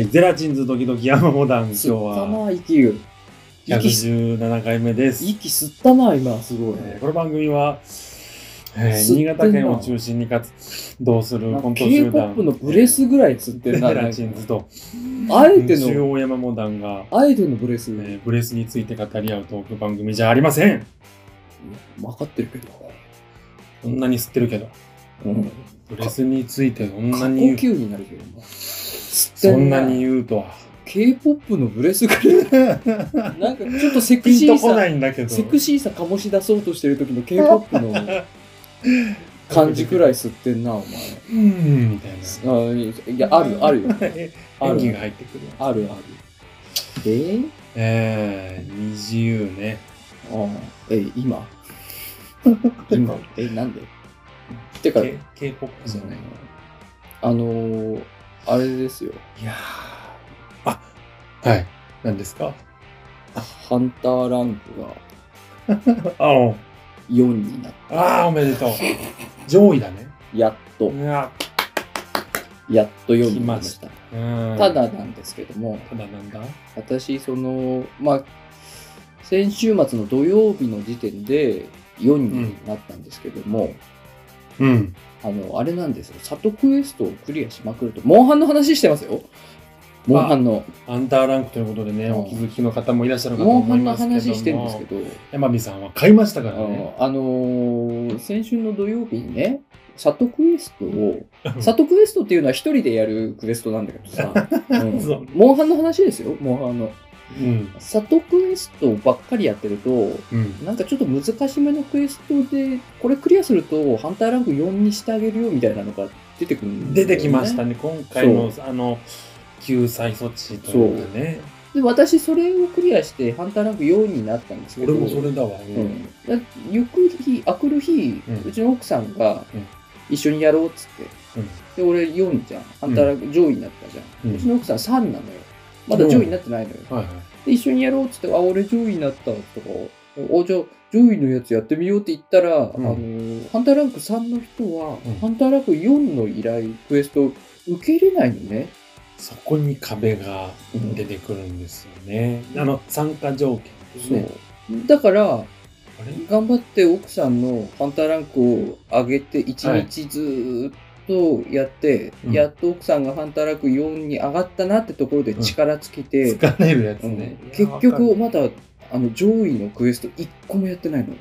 はい、ゼラチンズドキドキ山モダン、今日吸ったはな、息。 117回目です。 息吸ったな、今、すごい。 この番組は、 吸ってんな新潟県を中心に活動するコント集団 K-POP のブレスぐらい吸ってんな。 ゼラチンズとあえて中の、 央山モダンが、 あえてのブレス。 ブレスについて語り合うトーク番組じゃありません。 分かってるけど。 そんなに吸ってるけど、 うん。 ブレスについてそんな過呼に吸になるけどな。 そんなに言うとは。 K-POP のブレスぐらい。なんかちょっとセクピンとこシーさ、 ないんだけど。 セクシーさ醸し出そうとしてる時の K-POP の感じくらい吸ってんな、お前。 みたいな。 いや、あるよ。ある演技が入ってくる。 ある。 二自由ね。 今なんでてか、 K-POP ですよね。 あれですよ。 いやー。はい。何ですか？ ハンターランクがあ 4になっあ、おめでとう。上位だね。 やっと4になりました。ただなんですけども、 なんだ私、先週末の土曜日の時点で4になったんですけども、あれなんですよ。サトクエストをクリアしまくると、モンハンの話してますよ。モンハンの。 ハンターランクということでね、お気づきの方もいらっしゃるかと思いますけども。 モンハンの話してるんですけど、 山美さんは買いましたからね。 先週の土曜日にね、サトクエストっていうのは一人でやるクエストなんだけどさ、モンハンの話ですよ、モンハンの。サトクエストばっかりやってると、なんかちょっと難しめのクエストで、これクリアすると、ハンターランク4にしてあげるよみたいなのが出てくるんだよね。 出てきましたね、今回の救済措置というかね。 で、私、それをクリアして、ハンターランク4になったんですけど、 俺もそれだわ。 あくる日、うちの奥さんが一緒にやろうっつって、で、俺4じゃん。ハンターランク上位になったじゃん。うちの奥さん3なのよ。まだ上位になってないのよ。で、一緒にやろうっつって、俺上位になったとか、じゃあ上位のやつやってみようって言ったら、ハンターランク3の人は、ハンターランク4の依頼、クエスト受け入れないのね。 そこに壁が出てくるんですよね。参加条件ですね。 だから、頑張って奥さんのハンターランクを上げて、1日ずーっとやって、やっと奥さんがハンターランク4に上がったなってところで力尽きて、 疲れるやつね。 結局まだ上位のクエスト1個もやってないの。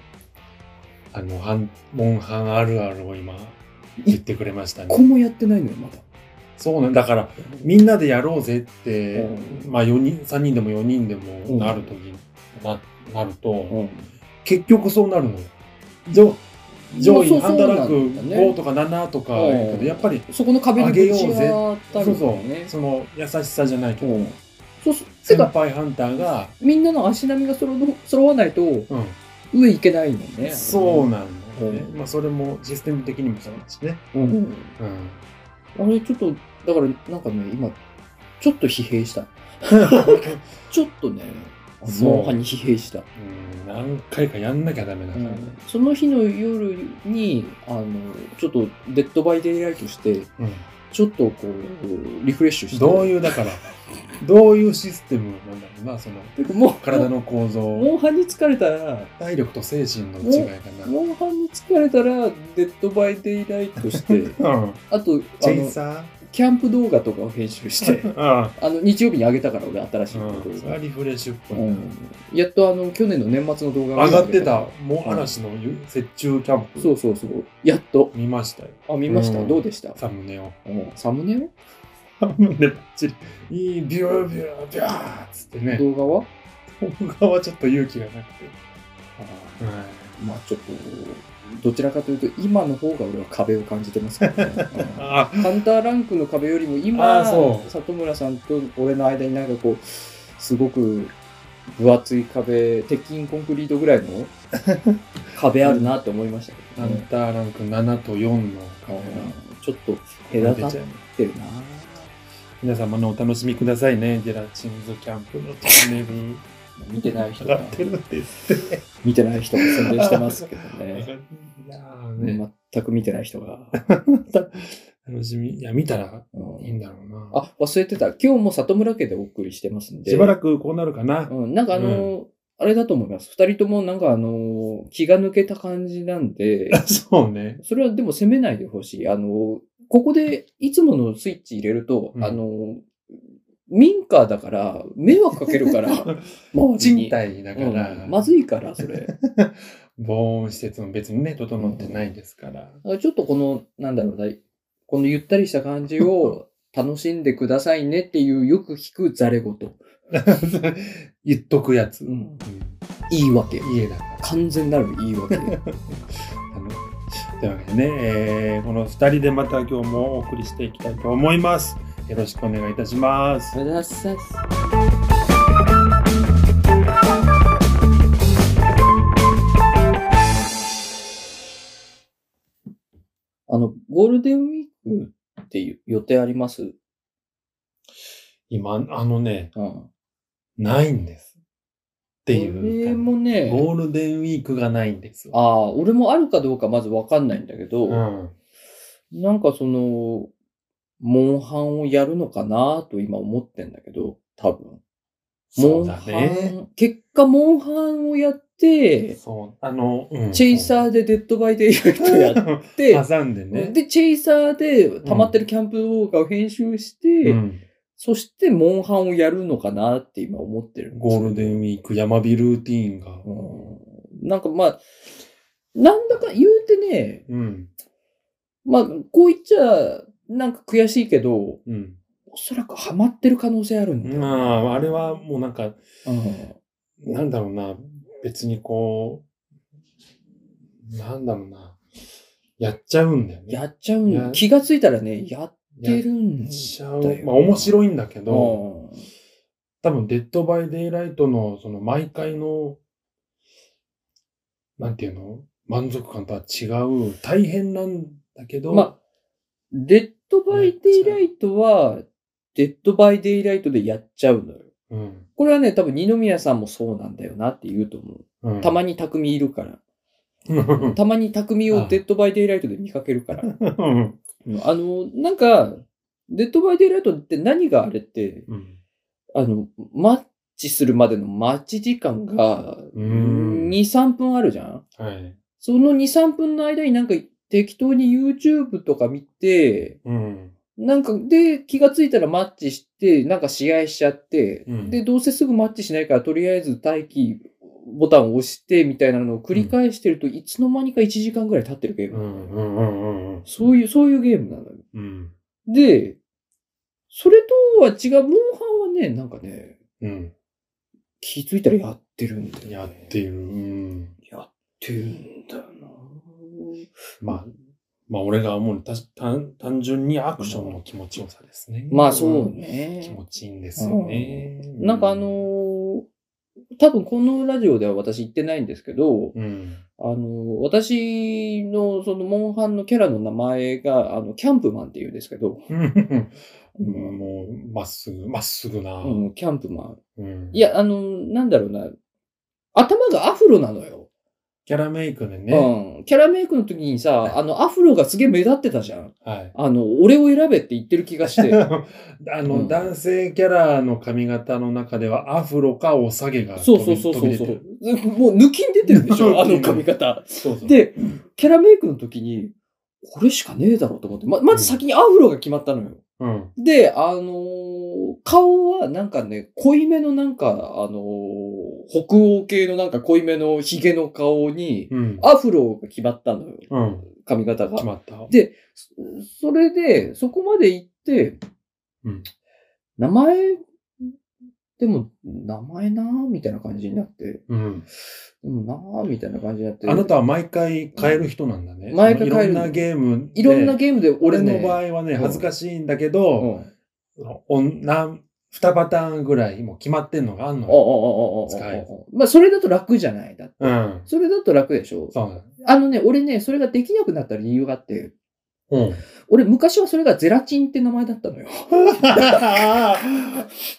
モンハンあるあるを今言ってくれましたね。 1個もやってないのよ、まだ。 そうなんだから、みんなでやろうぜって、3人でも4人でもなるときになると、結局そうなるのよ。上位、ハンターランク5とか7とか、やっぱりそこの壁に上げようぜ。 そうその優しさじゃないけど、 先輩ハンターがみんなの足並みが揃わないと上行けないのね。 そうなんだよね。それもシステム的にもそうだしね。 あれちょっとだからなんかね今ちょっと疲弊した。ちょっとねモンハンに疲弊した。 何回かやんなきゃダメだからね。 その日の夜にちょっとデッドバイデイライトして、ちょっとこうリフレッシュして。 どういうシステムなんだろうな、その体の構造。 モンハンに疲れたら体力と精神の違いかな。 モンハンに疲れたらデッドバイデイライトして、あとキャンプ動画とかを編集して日曜日に上げたから俺新しい動画。 リフレッシュっぽい。 やっと去年の年末の動画が上がってた。もう嵐の雪中キャンプ。 そう。やっと見ましたよ。 見ました。どうでした？ サムネを。 サムネを？ サムネばっちり。いいビュービュービューっつってね。 動画はちょっと勇気がなくて。 ちょっとどちらかというと今の方が俺は壁を感じてますからね。ハンターランクの壁よりも今里村さんと俺の間になんかこうすごく分厚い壁、鉄筋コンクリートぐらいの壁あるなって思いましたけど、 ハンターランク7と4の壁がちょっと隔ってるな。 皆様のお楽しみくださいね。ゼラチンズキャンプのチャンネル見てない人が見てない人が宣伝してますけどね。全く見てない人が楽しみ。いや、見たらいいんだろうな。 あ、忘れてた。今日も里村家でお送りしてますんで。 しばらくこうなるかな。 なんかあれだと思います。二人ともなんか気が抜けた感じなんで。 そうね。 それはでも責めないでほしい。ここでいつものスイッチ入れると、民家だから、迷惑かけるから、 賃貸だから、 まずいから、それ。 防音施設も別にね、整ってないですから。 ちょっとこの、なんだろうな、このゆったりした感じを楽しんでくださいねっていうよく聞くざれ言。 言っとくやつ。 言い訳。 家だから。 完全なる言い訳。 というわけでね、この2人でまた今日もお送りしていきたいと思います。よろしくお願いいたします。 お願いします。ゴールデンウィークっていう予定あります？ 今、ないんです。っていう。 俺もね、 ゴールデンウィークがないんです。 俺もあるかどうかまずわかんないんだけど、なんかモンハンをやるのかなと今思ってんだけど、多分。 そうだね。 結果、モンハンをやって、チェイサーでデッドバイデイライトやって、 挟んでね。 で、チェイサーで溜まってるキャンプ動画を編集して、そしてモンハンをやるのかなって今思ってるんですよ。 ゴールデンウィーク、山火ルーティーンが。 なんかなんだか言うてね、こう言っちゃ、なんか悔しいけど、おそらくハマってる可能性あるんだよ。 あれはもうなんか、なんだろうな、別にこう、なんだろうな、やっちゃうんだよね。 やっちゃうんだよ。気がついたらね、やってるんだよ。 面白いんだけど、多分デッドバイデイライトのその毎回の、なんていうの？満足感とは違う、大変なんだけど、 デッドバイデイライトは、デッドバイデイライトでやっちゃうのよ。これはね、多分二宮さんもそうなんだよなって言うと思う。たまに匠いるから。たまに匠をデッドバイデイライトで見かけるから。なんか、デッドバイデイライトって何があれって、マッチするまでの待ち時間が2、3分あるじゃん？その2、3分の間になんか適当に YouTube とか見て、なんか、で、気がついたらマッチして、なんか試合しちゃって、で、どうせすぐマッチしないから、とりあえず待機ボタンを押して、みたいなのを繰り返してると、いつの間にか1時間ぐらい経ってるゲーム。そういうゲームなのよ。で、それとは違う、モンハンはね、なんかね、気づいたらやってるんだよ。 やってる。 やってるんだよな。 俺が思う単純にアクションの気持ちよさですね。 そうね。 気持ちいいんですよね。 なんか多分このラジオでは私言ってないんですけど、私のそのモンハンのキャラの名前が、キャンプマンって言うんですけど。 もう、まっすぐな。 キャンプマン。いや、なんだろうな。頭がアフロなのよ。 キャラメイクでね。 キャラメイクの時にさ、アフロがすげえ目立ってたじゃん。俺を選べって言ってる気がして。 男性キャラの髪型の中ではアフロかお下げがそう。もう抜きん出てるでしょ、あの髪型。で、キャラメイクの時に、これしかねえだろうと思って、まず先にアフロが決まったのよ。で、顔はなんかね、濃いめのなんか、北欧系のなんか濃いめのヒゲの顔に、アフロが決まったのよ。髪型が。 決まった。 で、それで、そこまで行って、名前なぁみたいな感じになって。でもなぁみたいな感じになって。 あなたは毎回変える人なんだね。 毎回変える。 いろんなゲームで。 俺の場合はね、恥ずかしいんだけど、2パターンぐらいもう決まってんのがあんのよ。使える。 それだと楽じゃないだって。それだと楽でしょ。俺ね、それができなくなった理由があって、俺昔はそれがゼラチンって名前だったのよ。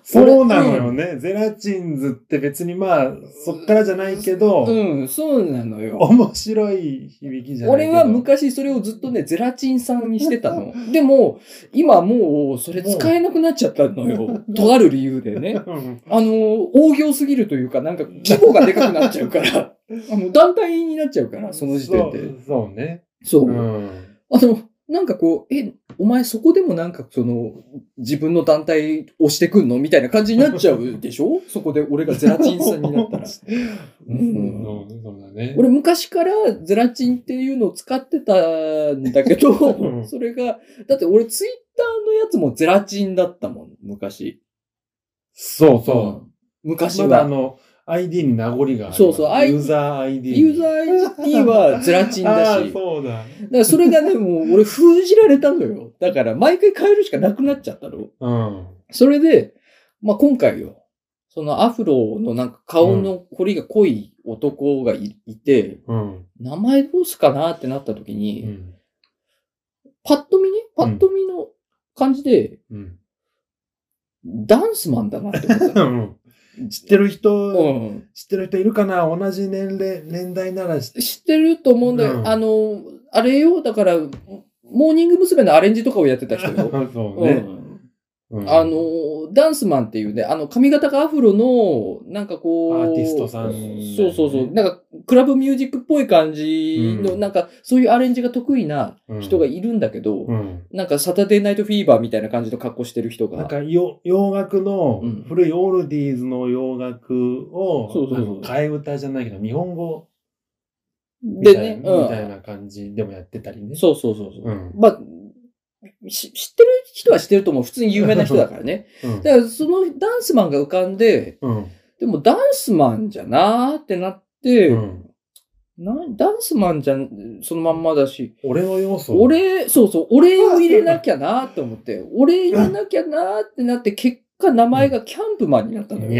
そうなのよね。ゼラチンズって別にまあ、そっからじゃないけど、 そうなのよ。 面白い響きじゃないけど。 俺は昔それをずっとね、ゼラチンさんにしてたの。でも、今もうそれ使えなくなっちゃったのよ。とある理由でね。大行すぎるというか、なんか規模がでかくなっちゃうから、団体になっちゃうから、その時点で。 そうね。 そう。なんかこう、お前そこでもなんか自分の団体押してくんのみたいな感じになっちゃうでしょそこで俺がゼラチンさんになったら。そうだね。 俺昔からゼラチンっていうのを使ってたんだけど、それが、だって俺ツイッターのやつもゼラチンだったもん、昔。 そうそう。 昔は。 まだID に名残がある。 そう、 ユーザー ID。 ユーザー ID はゼラチンだし。 そうだ。だからそれがね、もう俺封じられたのよ。だから毎回変えるしかなくなっちゃったの。それで、まあ、今回よ。そのアフロのなんか顔の彫りが濃い男がいて、名前どうすかなってなった時に、パッと見の感じで、ダンスマンだなって思った。 知ってる人いるかな？同じ年代なら知ってると思うんだよ。あれよ、だから、モーニング娘。のアレンジとかをやってた人よ。 そうね。 ダンスマンっていうね、髪型がアフロの、なんかこう、 アーティストさん、 そう。なんか、クラブミュージックっぽい感じの、なんか、そういうアレンジが得意な人がいるんだけど、なんか、サタデーナイトフィーバーみたいな感じの格好してる人が。 なんか、洋楽の、古いオールディーズの洋楽を、替え歌じゃないけど、日本語でね、みたいな感じでもやってたりね。 そう。まあ、知ってる人は知ってると思う。普通に有名な人だからね。だからそのダンスマンが浮かんで、でもダンスマンじゃなーってなって、ダンスマンじゃそのまんまだし。 俺の要素俺を入れなきゃなーって思って、俺入れなきゃなーってなって、結果名前がキャンプマンになったのよ。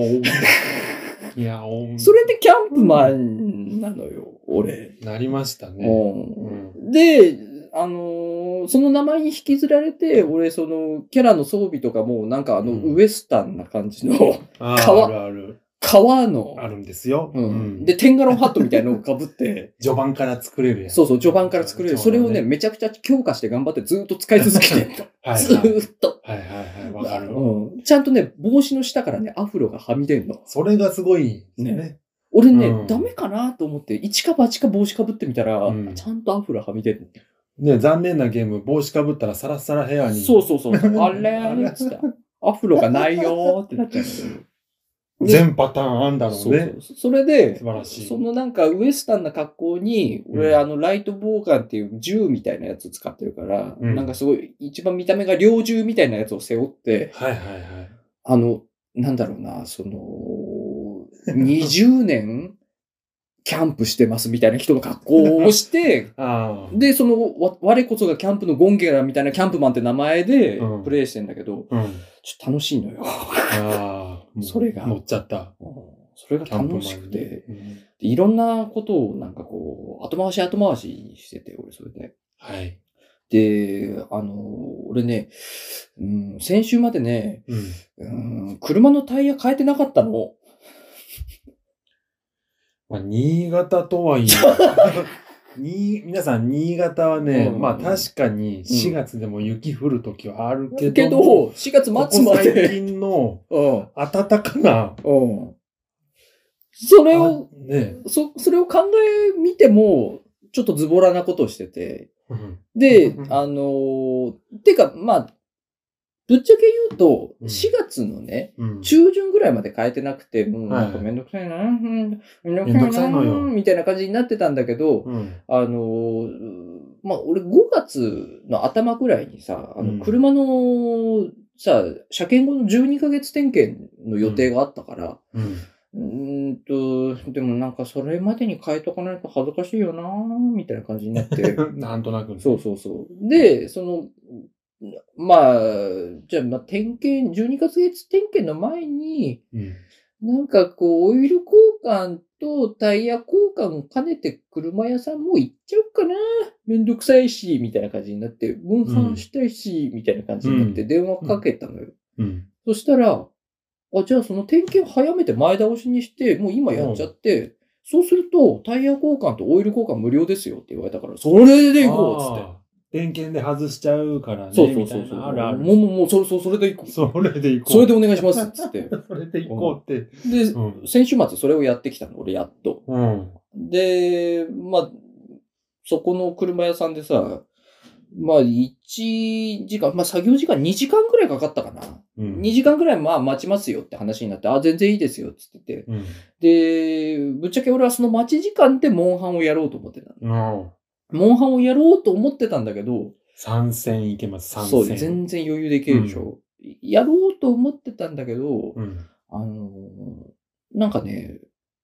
それでキャンプマンなのよ、俺。 なりましたね。 で、その名前に引きずられて、俺、キャラの装備とかも、なんかウエスタンな感じの、革の。 あるんですよ。 で、テンガロンハットみたいなのを被って。 序盤から作れるやつ。 そう、序盤から作れる。それをね、めちゃくちゃ強化して頑張ってずっと使い続けてる。ずーっと。 わかる。 ちゃんとね、帽子の下からね、アフロがはみ出んの。 それがすごいね。 俺ね、ダメかなと思って、一か八か帽子被ってみたら、ちゃんとアフロはみ出る。 ね、残念なゲーム、帽子かぶったらサラサラヘアに。 そう。あれーつって、アフロがないよーってなっちゃう。 全パターンあんだろうね。 それで、 素晴らしい。 そのなんかウエスタンな格好に、俺ライトボーガンっていう銃みたいなやつを使ってるから、なんかすごい、一番見た目が猟銃みたいなやつを背負って、なんだろうな、20年キャンプしてますみたいな人の格好をして、で、我こそがキャンプのゴンゲラみたいなキャンプマンって名前でプレイしてんだけど、ちょっと楽しいのよ。それが。 乗っちゃった。 それが楽しくて、いろんなことをなんかこう、後回しにしてて、俺それで。 はい。 で、俺ね、先週までね、車のタイヤ変えてなかったの。 まあ、新潟とはいえ、皆さん、新潟はね、まあ確かに4月でも雪降るときはあるけど、 4月末まで。 最近の暖かな、 それを考え見ても、ちょっとズボラなことをしてて、で、てか、まあ、ぶっちゃけ言うと、4月のね、中旬ぐらいまで変えてなくて、もうなんかめんどくさいな、めんどくさいな、みたいな感じになってたんだけど、まあ、俺5月の頭ぐらいにさ、車のさ、車検後の12ヶ月点検の予定があったから、でもなんかそれまでに変えとかないと恥ずかしいよなみたいな感じになって。 なんとなく。 そう。で、まあ、じゃあ、点検、12ヶ月点検の前に、なんかこう、オイル交換とタイヤ交換を兼ねて車屋さんも行っちゃうかなめんどくさいし、みたいな感じになって、分散したいし、みたいな感じになって電話かけたのよ。そしたら、 じゃあその点検を早めて前倒しにして、もう今やっちゃって、そうすると、タイヤ交換とオイル交換無料ですよって言われたから、それで行こうっつって。 点検で外しちゃうからね。 そう。 あるある。 もう、それで行こう。 それで行こう。 それでお願いしますっつって。 それで行こうって。 で、先週末それをやってきたの、俺やっと。で、そこの車屋さんでさ、1時間、作業時間2時間くらいかかったかな。2時間くらい待ちますよって話になって、全然いいですよっつってて。で、ぶっちゃけ俺はその待ち時間でモンハンをやろうと思ってた。モンハンをやろうと思ってたんだけど、 参戦いけます、参戦。 そう、全然余裕でいけるでしょ。やろうと思ってたんだけど、なんかね、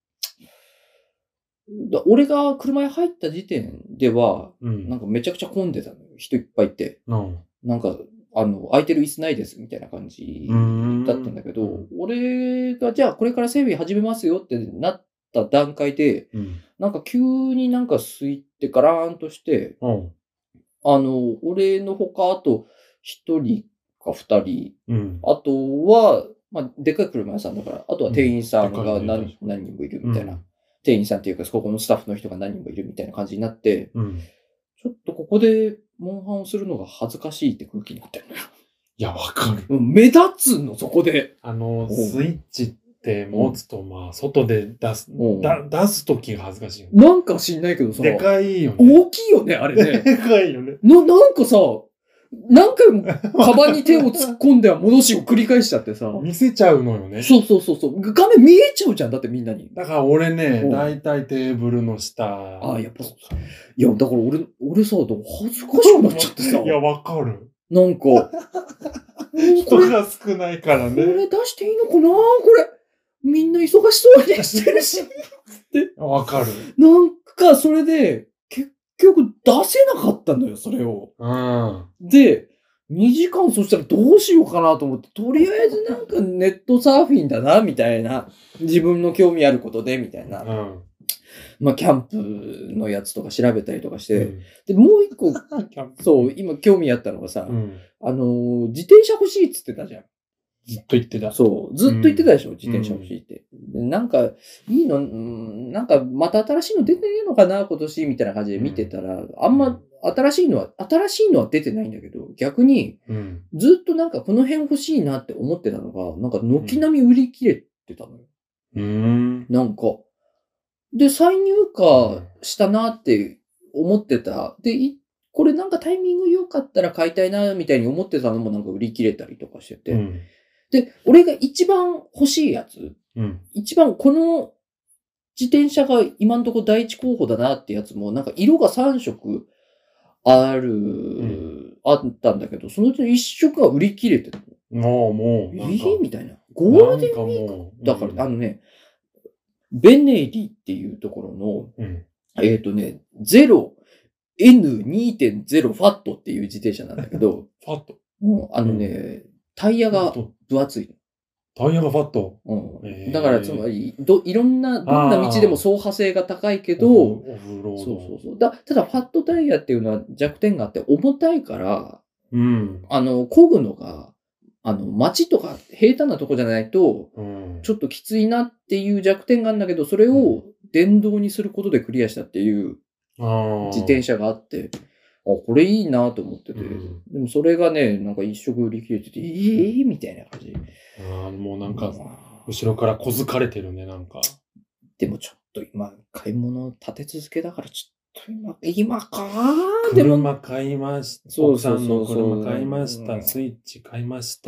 俺が車に入った時点では、なんかめちゃくちゃ混んでたのよ。人いっぱいいて。なんか、空いてる椅子ないですみたいな感じだったんだけど、俺がじゃあこれから整備始めますよってなった段階で、なんか急になんかスイッてガラーンとして、俺のほかあと1人か2人、あとは、でっかい車屋さんだから、あとは店員さんが何人もいるみたいな。店員さんっていうか、ここのスタッフの人が何人もいるみたいな感じになって、ちょっとここでモンハンをするのが恥ずかしいって空気になってるのよ。 いや、わかる。 目立つの、そこで。 スイッチって持つと、外で出すときが恥ずかしいよね。 なんか知んないけどさ。 でかいよね。 大きいよね、あれね。 でかいよね。 なんかさ、何回もカバンに手を突っ込んでは戻しを繰り返しちゃってさ。 見せちゃうのよね。 そう。画面見えちゃうじゃん、だってみんなに。 だから俺ね、だいたいテーブルの下。 やっぱそう。いや、だから俺さ、恥ずかしくなっちゃってさ。 いや、わかる。 なんか。 人が少ないからね。 これ出していいのかなこれ。みんな忙しそうにしてるし。 わかる。 なんか、それで、結局出せなかったのよ、それを。で、2時間そしたらどうしようかなと思って、とりあえずなんかネットサーフィンだな、みたいな。自分の興味あることで、みたいな。キャンプのやつとか調べたりとかして。で、もう一個、そう、今興味あったのがさ、自転車欲しいっつってたじゃん。 ずっと言ってた。 そう。ずっと言ってたでしょ、自転車欲しいって。なんか、いいの、なんか、また新しいの出てねえのかな、今年、みたいな感じで見てたら、あんま、新しいのは出てないんだけど、逆に、ずっとなんかこの辺欲しいなって思ってたのが、なんか軒並み売り切れてたのよ。なんか。で、再入荷したなって思ってた。で、これなんかタイミング良かったら買いたいな、みたいに思ってたのもなんか売り切れたりとかしてて。で、俺が一番欲しいやつ、一番この自転車が今のところ第一候補だなってやつも、なんか色が3色あったんだけど、そのうちの1色が売り切れてたの。 もう。 みたいな。ゴールデンウィークだから、ベネリっていうところの、0N2.0 ファットっていう自転車なんだけど、 ファットタイヤが分厚い。 タイヤがファット。 だから、つまり、どんな道でも走破性が高いけど、そう。ただ、ファットタイヤっていうのは弱点があって重たいから、漕ぐのが、街とか平坦なとこじゃないと、ちょっときついなっていう弱点があるんだけど、それを電動にすることでクリアしたっていう自転車があって、これいいなと思ってて、でもそれがね、なんか一色売り切れてて、みたいな感じ。 もうなんか、後ろから小づかれてるね、なんか。 でもちょっと今、買い物立て続けだから、ちょっと今か車買いました。奥さんの車買いました。スイッチ買いました。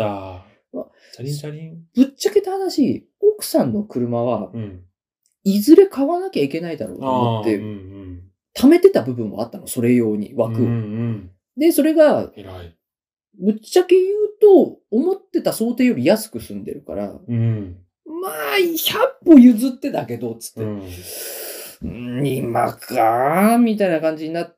チャリンチャリン。 ぶっちゃけた話、奥さんの車は、いずれ買わなきゃいけないだろうと思って、貯めてた部分もあったの、それ用に、枠を。で、それが、ぶっちゃけ言うと、思ってた想定より安く済んでるから、100歩譲ってだけど、つって。今かみたいな感じになって、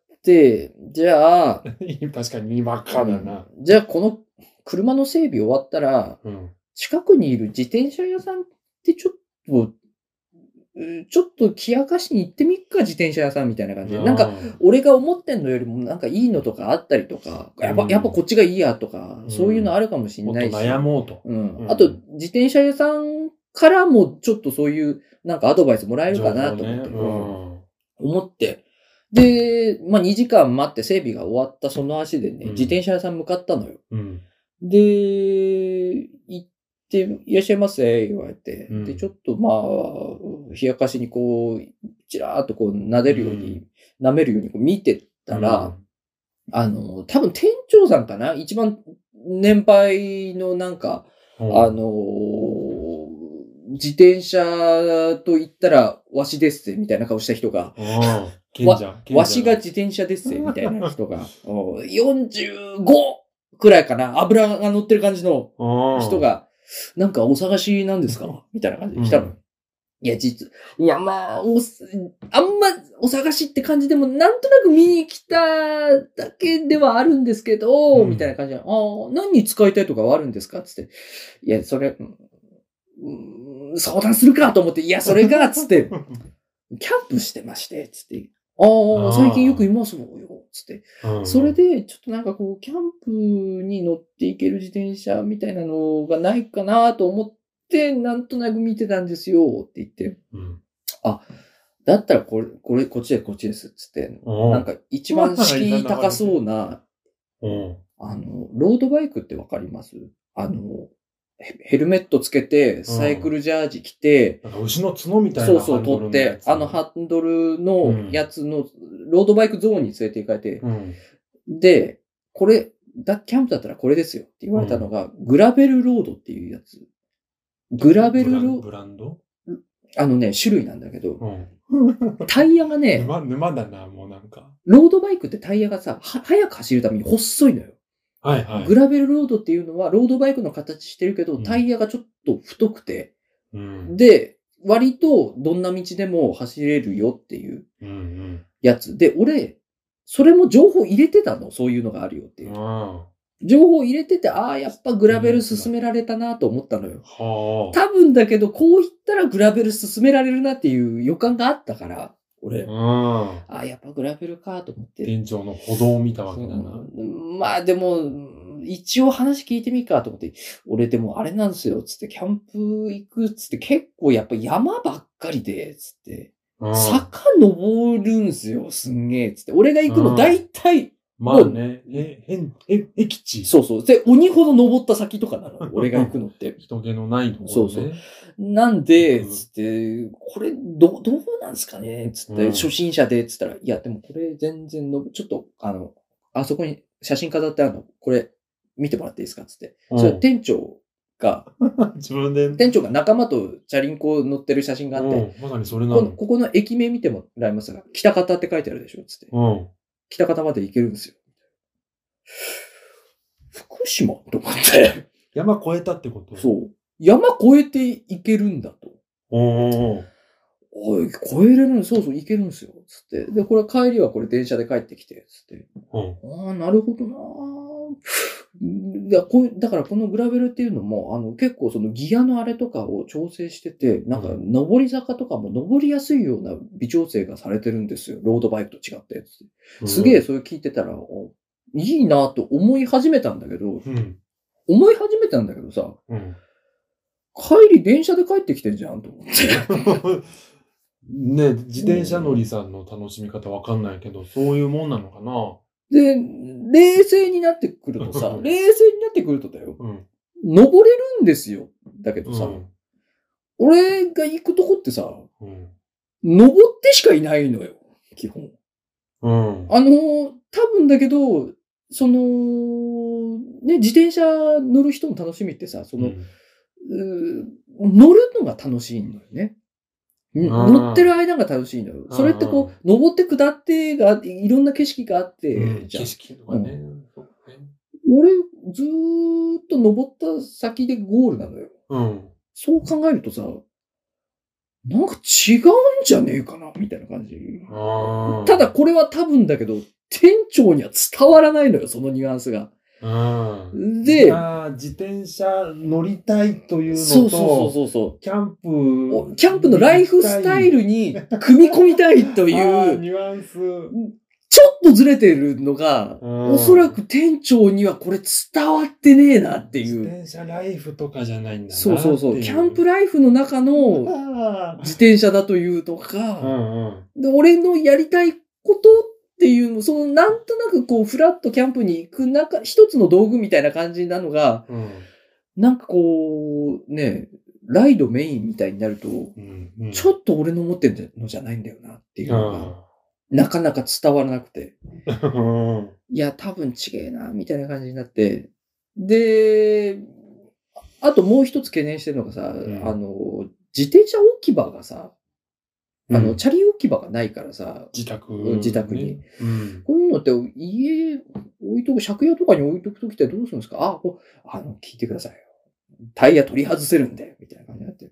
じゃあ、 確かに今かだな。 じゃあ、この車の整備終わったら、近くにいる自転車屋さんってちょっと、 ちょっと気明かしに行ってみっか、自転車屋さんみたいな感じで。なんか、俺が思ってんのよりも、なんかいいのとかあったりとか、やっぱこっちがいいやとか、そういうのあるかもしれないし。 もっと悩もうと。 あと、自転車屋さんからも、ちょっとそういう、なんかアドバイスもらえるかなと思って。思って。で、まあ、2時間待って整備が終わったその足でね、自転車屋さん向かったのよ。で、行って、いらっしゃいませ、言われて。で、ちょっとまあ、冷やかしにこう、ちらーっとこう、撫でるように、舐めるようにこう見てたら、多分店長さんかな一番年配のなんか、自転車と言ったら、わしですぜ、みたいな顔した人が、わしが自転車ですぜ、みたいな人が、45くらいかな油が乗ってる感じの人が、なんかお探しなんですかみたいな感じで来たの。いや、まあ、あんまお探しって感じでも、なんとなく見に来ただけではあるんですけど、みたいな感じで、何に使いたいとかはあるんですかつって。いや、それ、相談するかと思って、いや、それが、つって、キャンプしてまして、つって、最近よくいますもんよ、つって。それで、ちょっとなんかこう、キャンプに乗っていける自転車みたいなのがないかなと思って、なんとなく見てたんですよ、って言って。だったらこっちです、つって。なんか一番敷居高そうな、ロードバイクってわかります？ヘルメットつけて、サイクルジャージ着て、 なんか牛の角みたいなそう、取って、ハンドルのやつの、ロードバイクゾーンに連れて行かれて、で、キャンプだったらこれですよって言われたのが、グラベルロードっていうやつ。グラベルロードブランド種類なんだけど、タイヤがね、 沼だな、もうなんか。 ロードバイクってタイヤがさ、早く走るために細いのよ。グラベルロードっていうのは、ロードバイクの形してるけど、タイヤがちょっと太くて、で、割とどんな道でも走れるよっていうやつ。で、俺、それも情報入れてたの。そういうのがあるよっていう。情報入れてて、やっぱグラベル進められたなと思ったのよ。多分だけど、こう言ったらグラベル進められるなっていう予感があったから、俺。やっぱグラベルかと思って。 店長の歩道を見たわけだな。 まあでも、一応話聞いてみっかと思って、俺でもあれなんですよ、つって、キャンプ行くっつって結構やっぱ山ばっかりで、つって、坂登るんすよ、すんげえ、つって。俺が行くの大体、 まあね、僻地。 そう。で、鬼ほど登った先とかなの、俺が行くのって。 人気のないところね。 そう。なんで、つって、これ、どうなんすかねつって、初心者で、つったら、いや、でもこれ全然ちょっと、あそこに写真飾ってあるの、これ、見てもらっていいですかつって。それ店長が、店長が仲間とチャリンコ乗ってる写真があって、 まさにそれなの。 ここの駅名見てもらいますが、北方って書いてあるでしょつって。北方まで行けるんですよ。福島と思って。 山越えたってこと？ そう。山越えて行けるんだと。越えれるのそう、行けるんですよ。つって。で、これ帰りはこれ電車で帰ってきて、つって。なるほどなだからこのグラベルっていうのも、結構そのギアのあれとかを調整してて、なんか上り坂とかも上りやすいような微調整がされてるんですよ。ロードバイクと違って。すげえそれ聞いてたら、いいなと思い始めたんだけど、さ、帰り電車で帰ってきてんじゃんと思って。 ね、自転車乗りさんの楽しみ方わかんないけど、そういうもんなのかな。 で、冷静になってくるとだよ。登れるんですよ。だけどさ、俺が行くとこってさ、登ってしかいないのよ。基本。多分だけど、ね、自転車乗る人の楽しみってさ、乗るのが楽しいんだよね。乗ってる間が楽しいのよ。それってこう、登って下ってが、いろんな景色があって、 景色とかね。 俺、ずーっと登った先でゴールなのよ。そう考えるとさ、なんか違うんじゃねえかな、みたいな感じ。ただこれは多分だけど、店長には伝わらないのよ、そのニュアンスが。 で、 自転車乗りたいというのと、 そう。 キャンプのライフスタイルに組み込みたいという、 ニュアンス。 ちょっとずれてるのが、おそらく店長にはこれ伝わってねえなっていう。 自転車ライフとかじゃないんだな。 そう。キャンプライフの中の自転車だというとか、で俺のやりたいことっていうの、なんとなくフラッとキャンプに行く中、一つの道具みたいな感じなのが、なんかライドメインみたいになると、ちょっと俺の持ってるのじゃないんだよなっていうのが、なかなか伝わらなくて。いや、多分違えな、みたいな感じになって。で、あともう一つ懸念してるのがさ、自転車置き場がさ、チャリ置き場がないからさ、 自宅に。こういうのって家置いとく、借家とかに置いとくときってどうするんですか？聞いてくださいよ。タイヤ取り外せるんで、みたいな感じになって。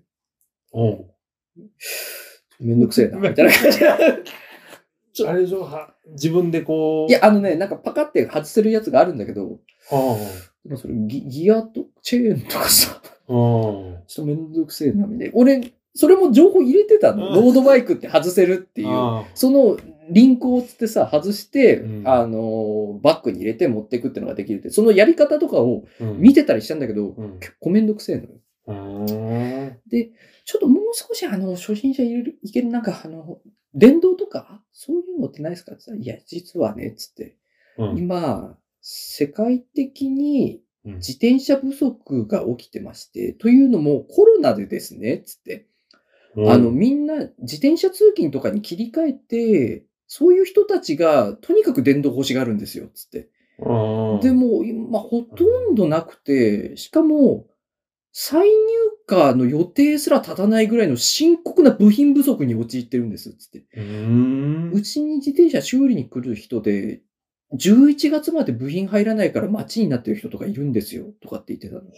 めんどくせえな、みたいな感じ。 あれでしょ、自分でいや、なんかパカって外せるやつがあるんだけど、でもそれギアとチェーンとかさ、ちょっとめんどくせえな、みたいな。俺、それも情報入れてたの。ロードバイクって外せるっていう。そのリンクをつってさ、外して、バッグに入れて持っていくっていうのができるって。そのやり方とかを見てたりしたんだけど、結構めんどくせえのよ。で、ちょっともう少し初心者いけるなんか電動とかそういうのってないですかって言ったら、いや、実はね、つって。今、世界的に自転車不足が起きてまして、というのもコロナでですね、つって。みんな自転車通勤とかに切り替えて、そういう人たちがとにかく電動欲しがるんですよ、つって。でも、今ほとんどなくて、しかも、再入荷の予定すら立たないぐらいの深刻な部品不足に陥ってるんです、つって。うちに自転車修理に来る人で、11月まで部品入らないから待ちになってる人とかいるんですよ、とかって言ってたの。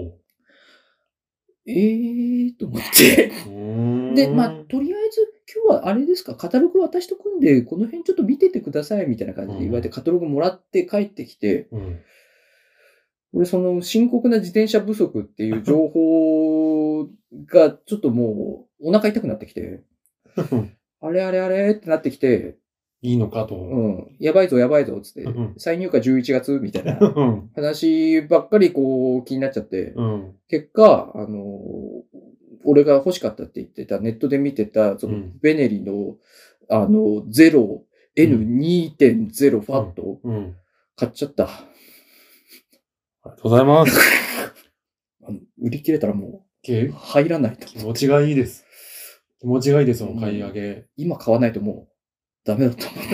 と思って。で、とりあえず今日はあれですか、カタログ渡しとくんで、この辺ちょっと見ててください、みたいな感じで言われて、カタログもらって帰ってきて、俺その深刻な自転車不足っていう情報がちょっともうお腹痛くなってきて、あれってなってきて、 いいのかと。 やばいぞ、つって、再入荷11月みたいな話ばっかり気になっちゃって、結果、俺が欲しかったって言ってた、ネットで見てた、そのベネリの、0、N2.0 ファット、買っちゃった。 ありがとうございます。 売り切れたらもう、入らないと。 気持ちがいいです。気持ちがいいです、その買い上げ。 今買わないともう、ダメだと思って。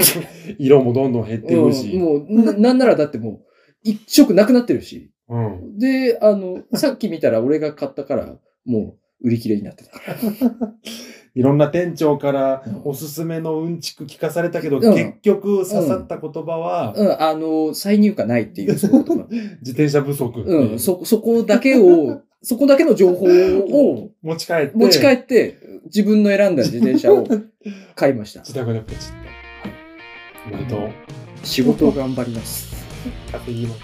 色もどんどん減っていくし。 もう、なんならだってもう、一色なくなってるし。で、さっき見たら俺が買ったから、もう売り切れになってた。 いろんな店長からおすすめのうんちく聞かされたけど、結局刺さった言葉は、 再入荷ないっていう自転車不足。 そこだけの情報を持ち帰って、 自分の選んだ自転車を買いました。 自宅でポチッと。おめでとう。 仕事を頑張ります。 言います。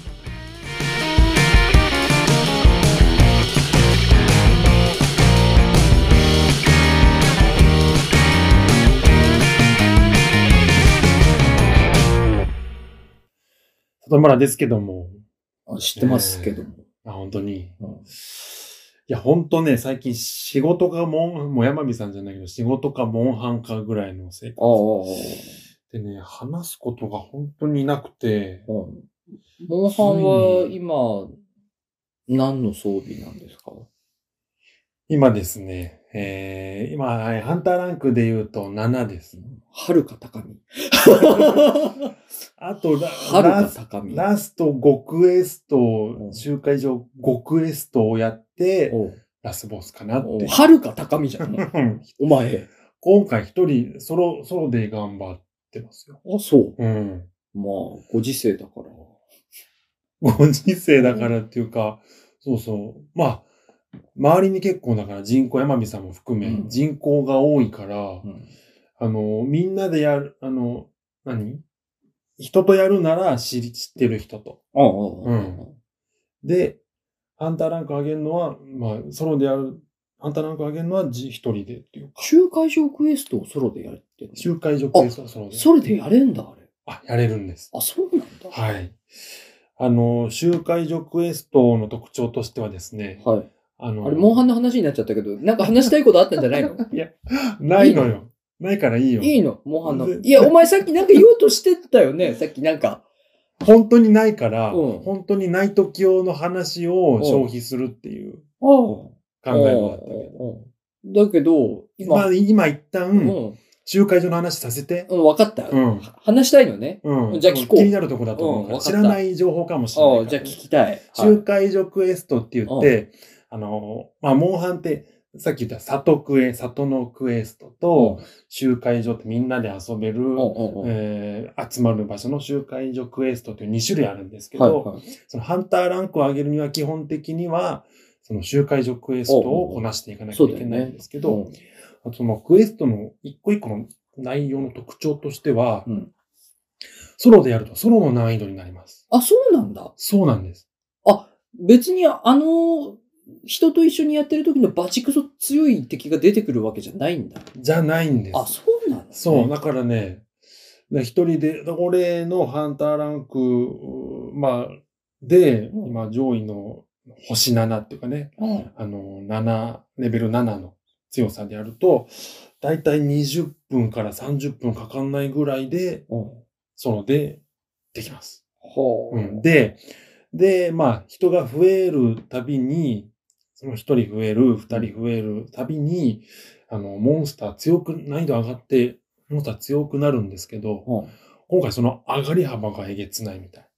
里村ですけども。 知ってますけども。 本当に。いや、本当ね、最近仕事がもう山美さんじゃないけど、仕事かモンハンかぐらいの生活。でね、話すことが本当になくて。 モンハンは今、何の装備なんですか？ 今ですね、今、ハンターランクで言うと7です。 はるか高み。 あと、ラスト5クエスト、周回上5クエストをやって、ラスボスかなって。 はるか高みじゃん。お前。 今回一人ソロで頑張ってますよ。 そう。まあ、ご時世だから。 ご時世だからっていうか、そうそう。まあ、周りに結構だから山美さんも含め、人口が多いから、みんなでやる、 人とやるなら知ってる人と。で、ハンターランク上げるのは、まあ、ソロでやる、ハンターランク上げるのは一人でっていうか。 集会場クエストをソロでやるって。 集会場クエストはソロで。 それでやれんだ、あれ。 やれるんです。 そうなんだ。 はい。集会所クエストの特徴としてはですね。 はい。あれ、モンハンの話になっちゃったけど、なんか話したいことあったんじゃないの？ いや、ないのよ。ないからいいよ。 いいの？モンハンの。いや、お前さっきなんか言おうとしてたよね。さっきなんか。 本当にないから、本当にない時用の話を消費するっていう考えもあったけど。だけど、 今一旦、集会所の話させて。 わかった。話したいのね。じゃあ聞こう。 気になるとこだと思うから。知らない情報かもしれない。 じゃあ聞きたい。 集会所クエストって言って、モンハンって、さっき言った里のクエストと、集会所ってみんなで遊べる、集まる場所の集会所クエストという2種類あるんですけど、そのハンターランクを上げるには基本的には、その集会所クエストをこなしていかなきゃいけないんですけど、そのクエストの一個一個の内容の特徴としては、ソロでやるとソロの難易度になります。 そうなんだ。 そうなんです。 別に人と一緒にやってる時のバチクソ強い敵が出てくるわけじゃないんだ。 じゃないんです。 そうなんだ、ね。 そう。だからね、一人で、俺のハンターランク、で、今上位の星7っていうかね、レベル7の強さでやると、だいたい20分から30分かかんないぐらいで、ソロでできます。で、人が増えるたびに、その1人増える、2人増えるたびに、モンスター難易度上がって、モンスター強くなるんですけど、今回その上がり幅がえげつないみたい。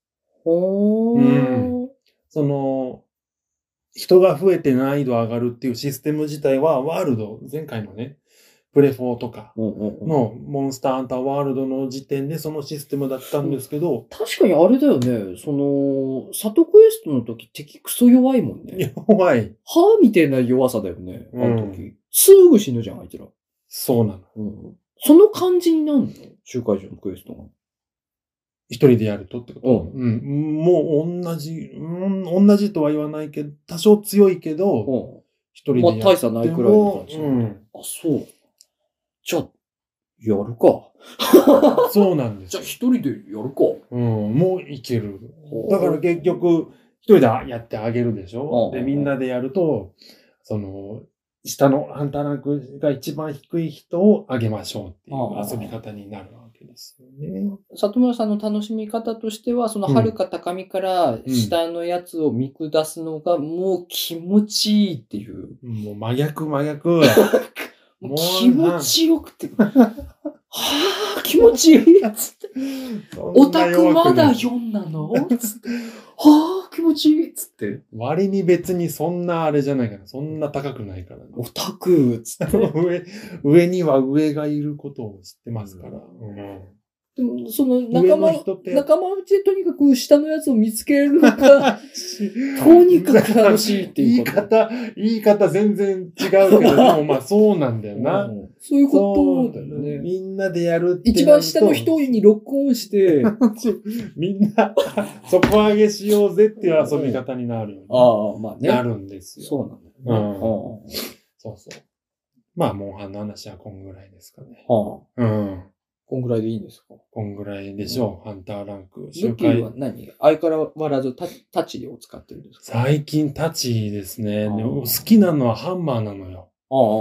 人が増えて難易度上がるっていうシステム自体は、前回のね、プレ4とかのモンスターハンターワールドの時点でそのシステムだったんですけど。 確かにあれだよね。里クエストの時敵クソ弱いもんね。 弱い。 みたいな弱さだよね。あの時。すぐ死ぬじゃん、あいつら。 そうなの。 その感じになるの？集会所のクエストが。 一人でやるとってこと？もう同じとは言わないけど、多少強いけど、一人でやっても。 大差ないくらいの感じ。そう。じゃあ、やるか。 そうなんです。 じゃあ一人でやるか。 もういける。だから結局、一人でやってあげるでしょ。で、みんなでやると、下のハンターランクが一番低い人をあげましょうっていう遊び方になるわけですよね。 里村さんの楽しみ方としては、その遥か高みから下のやつを見下すのがもう気持ちいいっていう。 もう真逆。 もう気持ちよくて。気持ちいいっつって。オタクまだ4なのつって。気持ちいいっつって。 割に別にそんなあれじゃないから、そんな高くないからね。 オタクつって。 上には上がいることを知ってますから。 でも、その仲間内でとにかく下のやつを見つけるのが、とにかく楽しいっていうこと。 言い方全然違うけど、でもそうなんだよな。 そういうことだよね。 みんなでやるって一番下の人にロックオンして、 みんな、底上げしようぜっていう遊び方になるよね。なるんですよ。 そうなんだよね。 そう。モンハンの話はこんぐらいですかね。 こんぐらいでいいんですか？ こんぐらいでしょう、ハンターランク。 ルッキーは何？相変わらずタチを使ってるんですか？ 最近タチですね。好きなのはハンマーなのよ。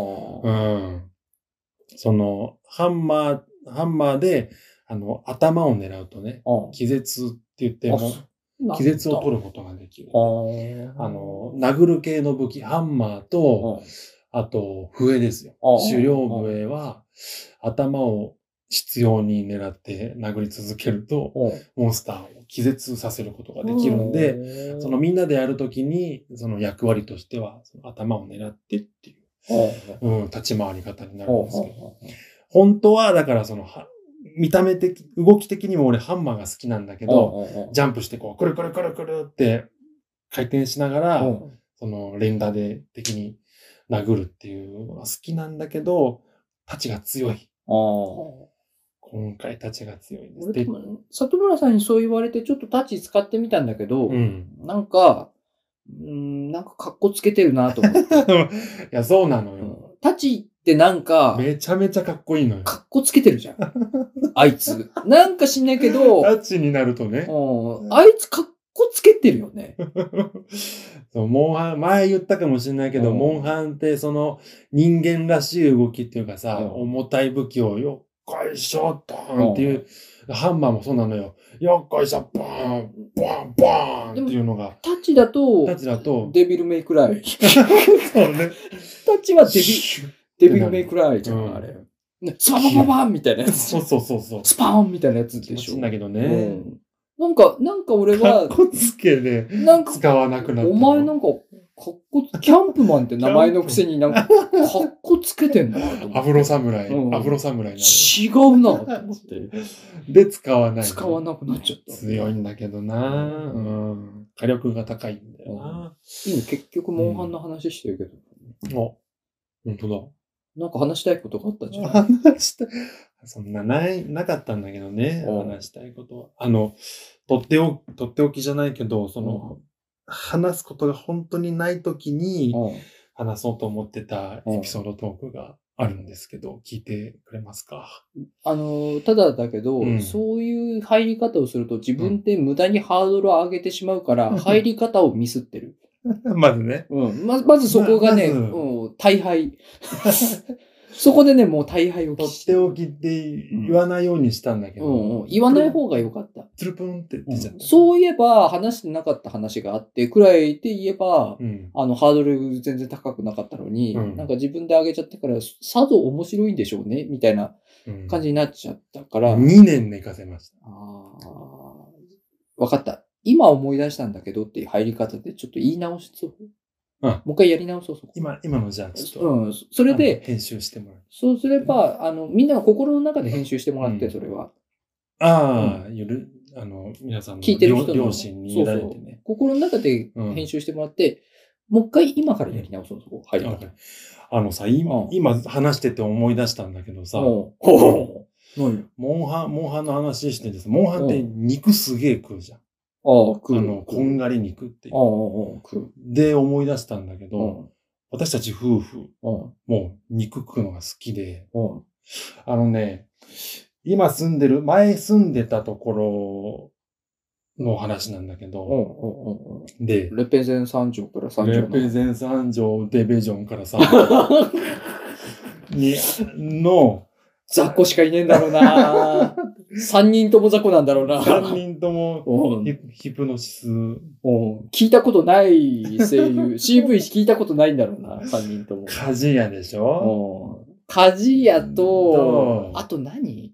ハンマーで、頭を狙うとね、気絶って言っても、気絶を取ることができる。殴る系の武器、ハンマーと、あと、笛ですよ。狩猟笛は、頭を執拗に狙って殴り続けると、モンスターを気絶させることができるんで、みんなでやるときに、その役割としては、頭を狙ってっていう、立ち回り方になるんですけど。本当は、だから見た目動き的にも俺ハンマーが好きなんだけど、ジャンプしてくるくるくるくるって回転しながら、連打で敵に殴るっていうのが好きなんだけど、タチが強い。こ今回立ちが強いです。 俺でも里村さんにそう言われてちょっとタッチ使ってみたんだけど、なんかカッコつけてるなと思って。 いや、そうなのよ。 タッチってなんか、 めちゃめちゃかっこいいのよ。 カッコつけてるじゃん。あいつ。なんか知んないけど、 タッチになるとね。 あいつカッコつけてるよね。 そう、モンハン、前言ったかもしれないけど、モンハンってその人間らしい動きっていうかさ、重たい武器をよっこいしょ、ドーンっていう、ハンマーもそうなのよ。よっこいしょ、ボーン、ボーン、ボーンっていうのが。 タッチだと、デビルメイクライ。そうね。タッチはデビルメイクライじゃん、あれ。スパパパパンみたいなやつ。 そうそうそう。 スパーンみたいなやつでしょ。 だけどね。 なんか俺は、 かっこつけで使わなくなった。 お前なんか、キャンプマンって名前のくせになんか、かっこつけてんなと思って。 アフロ侍。アフロ侍違うなと思って。 で、使わない。 使わなくなっちゃった。 強いんだけどな火力が高いんだよな今結局、モンハンの話してるけど。 本当だ。 なんか話したいことがあったんじゃない？ そんななかったんだけどね。話したいことは。とっておきじゃないけど、話すことが本当にないときに、話そうと思ってたエピソードトークがあるんですけど、聞いてくれますか？ ただだけど、そういう入り方をすると自分で無駄にハードルを上げてしまうから、入り方をミスってる。 まずね。 まずそこがね、大敗。そこでね、もう大敗をとっておきって言わないようにしたんだけど。 言わない方がよかった。 ツルプンって出ちゃった。 そういえば、話してなかった話があって、くらいで言えば、ハードル全然高くなかったのに、なんか自分で上げちゃったから、さぞ面白いんでしょうね、みたいな感じになっちゃったから。 2年寝かせました。 わかった。今思い出したんだけどっていう入り方でちょっと言い直しそう。もう一回やり直そう。 今のじゃあちょっと。 それで、 編集してもらう。 そうすれば、みんなの心の中で編集してもらって、それは。 皆さんの聞いてる人の両親に委ねてね。 心の中で編集してもらって、もう一回今からやり直そう、そこ。入り方。 今話してて思い出したんだけどさ、モンハンの話しててさ、モンハンって肉すげえ食うじゃん。こんがり肉っていう。で思い出したんだけど、私たち夫婦、もう肉食うのが好きで、前住んでたところの話なんだけど、で、 レペゼン3条から3条。 レペゼン3条、デベジョンから3条雑魚しかいねえんだろうな3人とも雑魚なんだろうな。 3人ともヒプノシス。 聞いたことない声優。CV 聞いたことないんだろうな、3人とも。 鍛冶屋でしょ？ 鍛冶屋と、あと何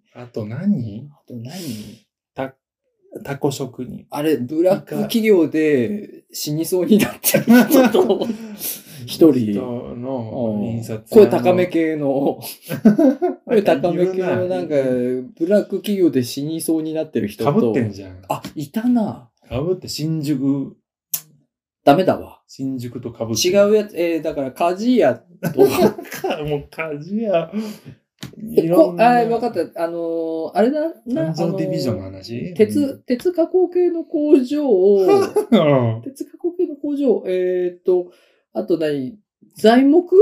タコ職人。 あれ、ブラック企業で死にそうになってる人と、一人の印刷。 声高め系の、声高め系のなんか、ブラック企業で死にそうになってる人と。 被ってんじゃん。 いたな。 被って新宿。 ダメだわ。 新宿と被って。 違うやつ、だから鍛冶屋と。 もう鍛冶屋。 わかった。あれだな。 三条ディビジョンの話？ 鉄加工系の工場を、鉄加工系の工場、あと材木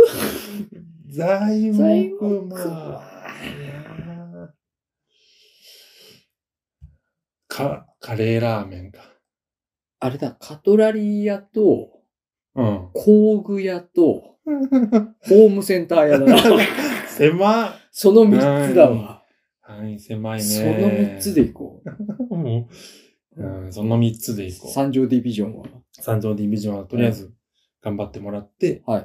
カレーラーメンか。 あれだ、カトラリー屋と、工具屋と、ホームセンター屋だな。その3つだわ。 狭いね。 その3つでいこう。その3つでいこう。 三条ディビジョンは。 三条ディビジョンはとりあえず頑張ってもらって、 はい。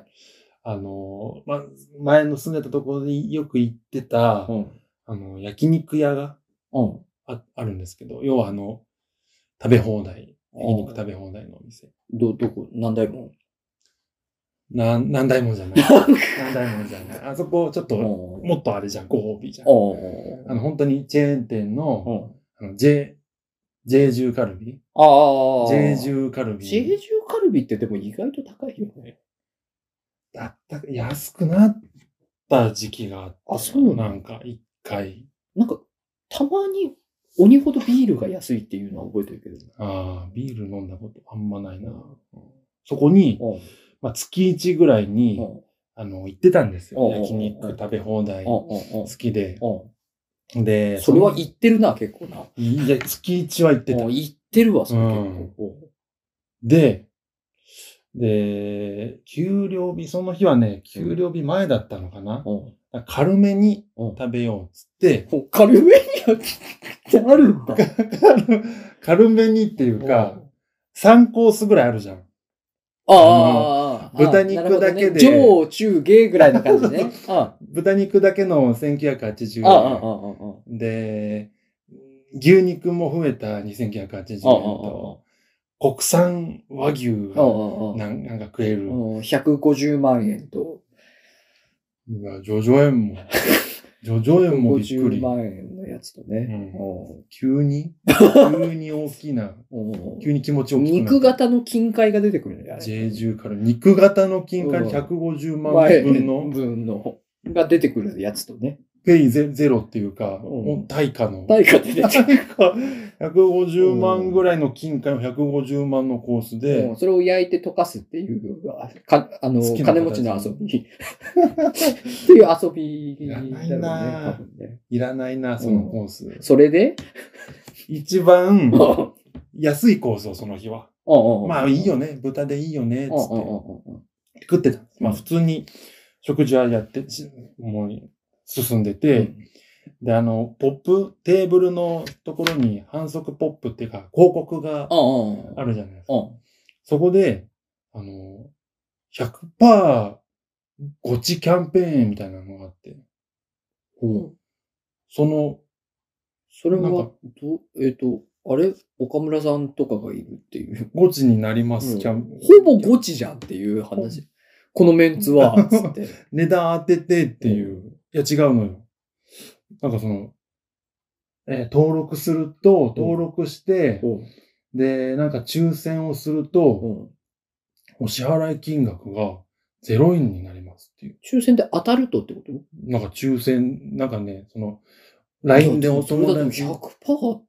前の住んでたところによく行ってた、焼肉屋があるんですけど、要は食べ放題、焼肉食べ放題のお店。 どこ何台も何台もじゃない。何台もじゃない。あそこ、ちょっと、もっとあれじゃん、ご褒美じゃん。本当にチェーン店の、J 重カルビ。J 重カルビ。 J 重カルビってでも意外と高いよね。 安くなった時期があった。 そうなんか、一回。 なんか、 たまに鬼ほどビールが安いっていうのは覚えてるけど。 ああ、ビール飲んだことあんまないな。そこに、まあ、月1ぐらいに、行ってたんですよ。焼肉食べ放題好きで。で、 それは行ってるな、結構な。 いや、月1は行ってた。 行ってるわ、それ結構。 で、給料日、その日はね、給料日前だったのかな。軽めに食べようっつって。 軽めにってあるんだ。 軽めにっていうか、3コースぐらいあるじゃん。豚肉だけで。 上、中、下ぐらいの感じね。 豚肉だけの1980円。で、牛肉も増えた2980円と、国産和牛なんか食える。 150万円と。 いや、ジョジョ園もびっくり。 150万円のやつとね。 急に大きな、急に気持ち大きくなった。 肉型の金塊が出てくるんだよね。 J10から肉型の金塊150万分のが出てくるやつとね。 ペイゼロっていうか、対価で出て150万ぐらいの金塊を150万のコースで。 それを焼いて溶かすっていう、金持ちの遊び。っていう遊びいらないな、いらないな、そのコース。 それで一番安いコースをその日は。まあいいよね、豚でいいよね、つって。食ってた。まあ普通に食事はやって、もう進んでて、で、テーブルのところに反則ポップっていうか、広告があるじゃないですか。そこで、100% ゴチキャンペーンみたいなのがあって。 それは、あれ岡村さんとかがいるっていう。 ゴチになります、 ほぼゴチじゃんっていう話。このメンツは、つって。 値段当ててっていう。いや、違うのよ。なんか登録して、で、なんか抽選をすると、お支払い金額が0円になりますっていう。 抽選で当たるとってこと？ なんか抽選、なんかね、LINE でお友達。 100% って、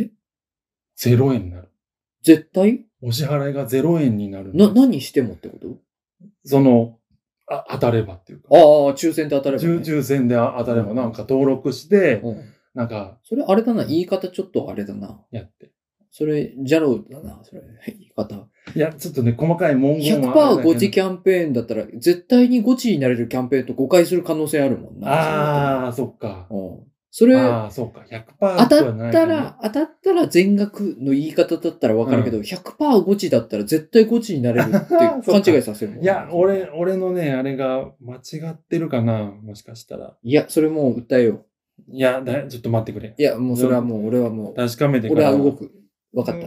0円になる。 絶対？ お支払いが0円になる。 何してもってこと？ 当たればっていうか。 抽選で当たれば、ね。 抽選で当たれば、なんか登録して、なんか。 それあれだな、言い方ちょっとあれだな。 やって。 それ、ジャロだな、それ、言い方。 いや、ちょっとね、細かい文言は。 100% ゴチキャンペーンだったら、絶対にゴチになれるキャンペーンと誤解する可能性あるもんな。 そっか。 それ、 そうか、100% 当たったら全額の言い方だったらわかるけど、100% ゴチだったら絶対ゴチになれるって勘違いさせるもん。 いや、俺のね、あれが間違ってるかな、もしかしたら。 いや、それもう訴えよう。 いや、ちょっと待ってくれ。 いや、もうそれはもう、俺はもう。 確かめてから。 俺は動く。わかった。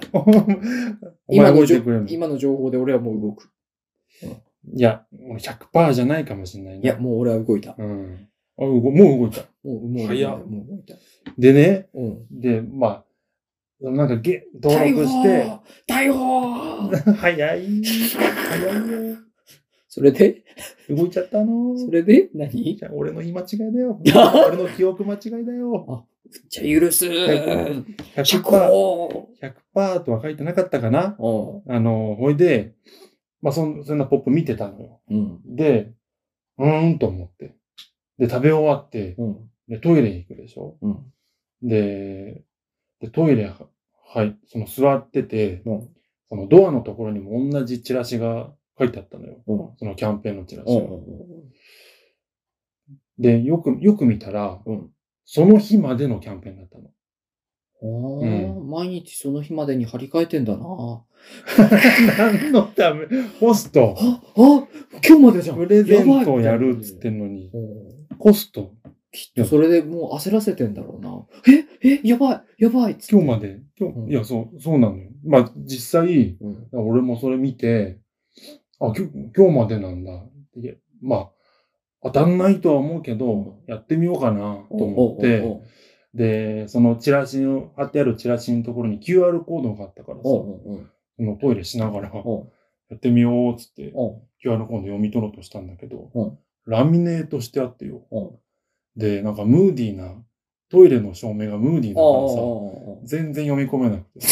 今の情報で俺はもう動く。 いや、100% じゃないかもしれないな。 いや、もう俺は動いた。 もう動いた。 もう動いた。 でね、で、まあ、なんか登録して。 逮捕早いよ。 それで動いちゃったの。 それで何？ 俺の言い間違いだよ。俺の記憶間違いだよ。 じゃあ許す。 100% とは書いてなかったかな。ほいで、まあそんなポップ見てたのよ。で、と思って。で、食べ終わって、で、トイレ行くでしょ。で、トイレ、座ってて、そのドアのところにも同じチラシが書いてあったのよ。そのキャンペーンのチラシが。で、よく見たら、その日までのキャンペーンだったの。 毎日その日までに張り替えてんだな。 何のため、ホスト。 今日までじゃん。 プレゼントをやるっつってんのに。ホスト。 きっとそれでもう焦らせてんだろうな。やばいっつって。 今日まで。いや、そうなのよ。まあ、実際、俺もそれ見て、今日までなんだ。まあ、当たんないとは思うけど、やってみようかなと思って、で、そのチラシを、貼ってあるチラシのところに QR コードがあったからさ、そのトイレしながら、やってみようっつって、QR コード読み取ろうとしたんだけど、ラミネートしてあってよ。で、なんかムーディーな、 トイレの照明がムーディーだからさ、全然読み込めなくて。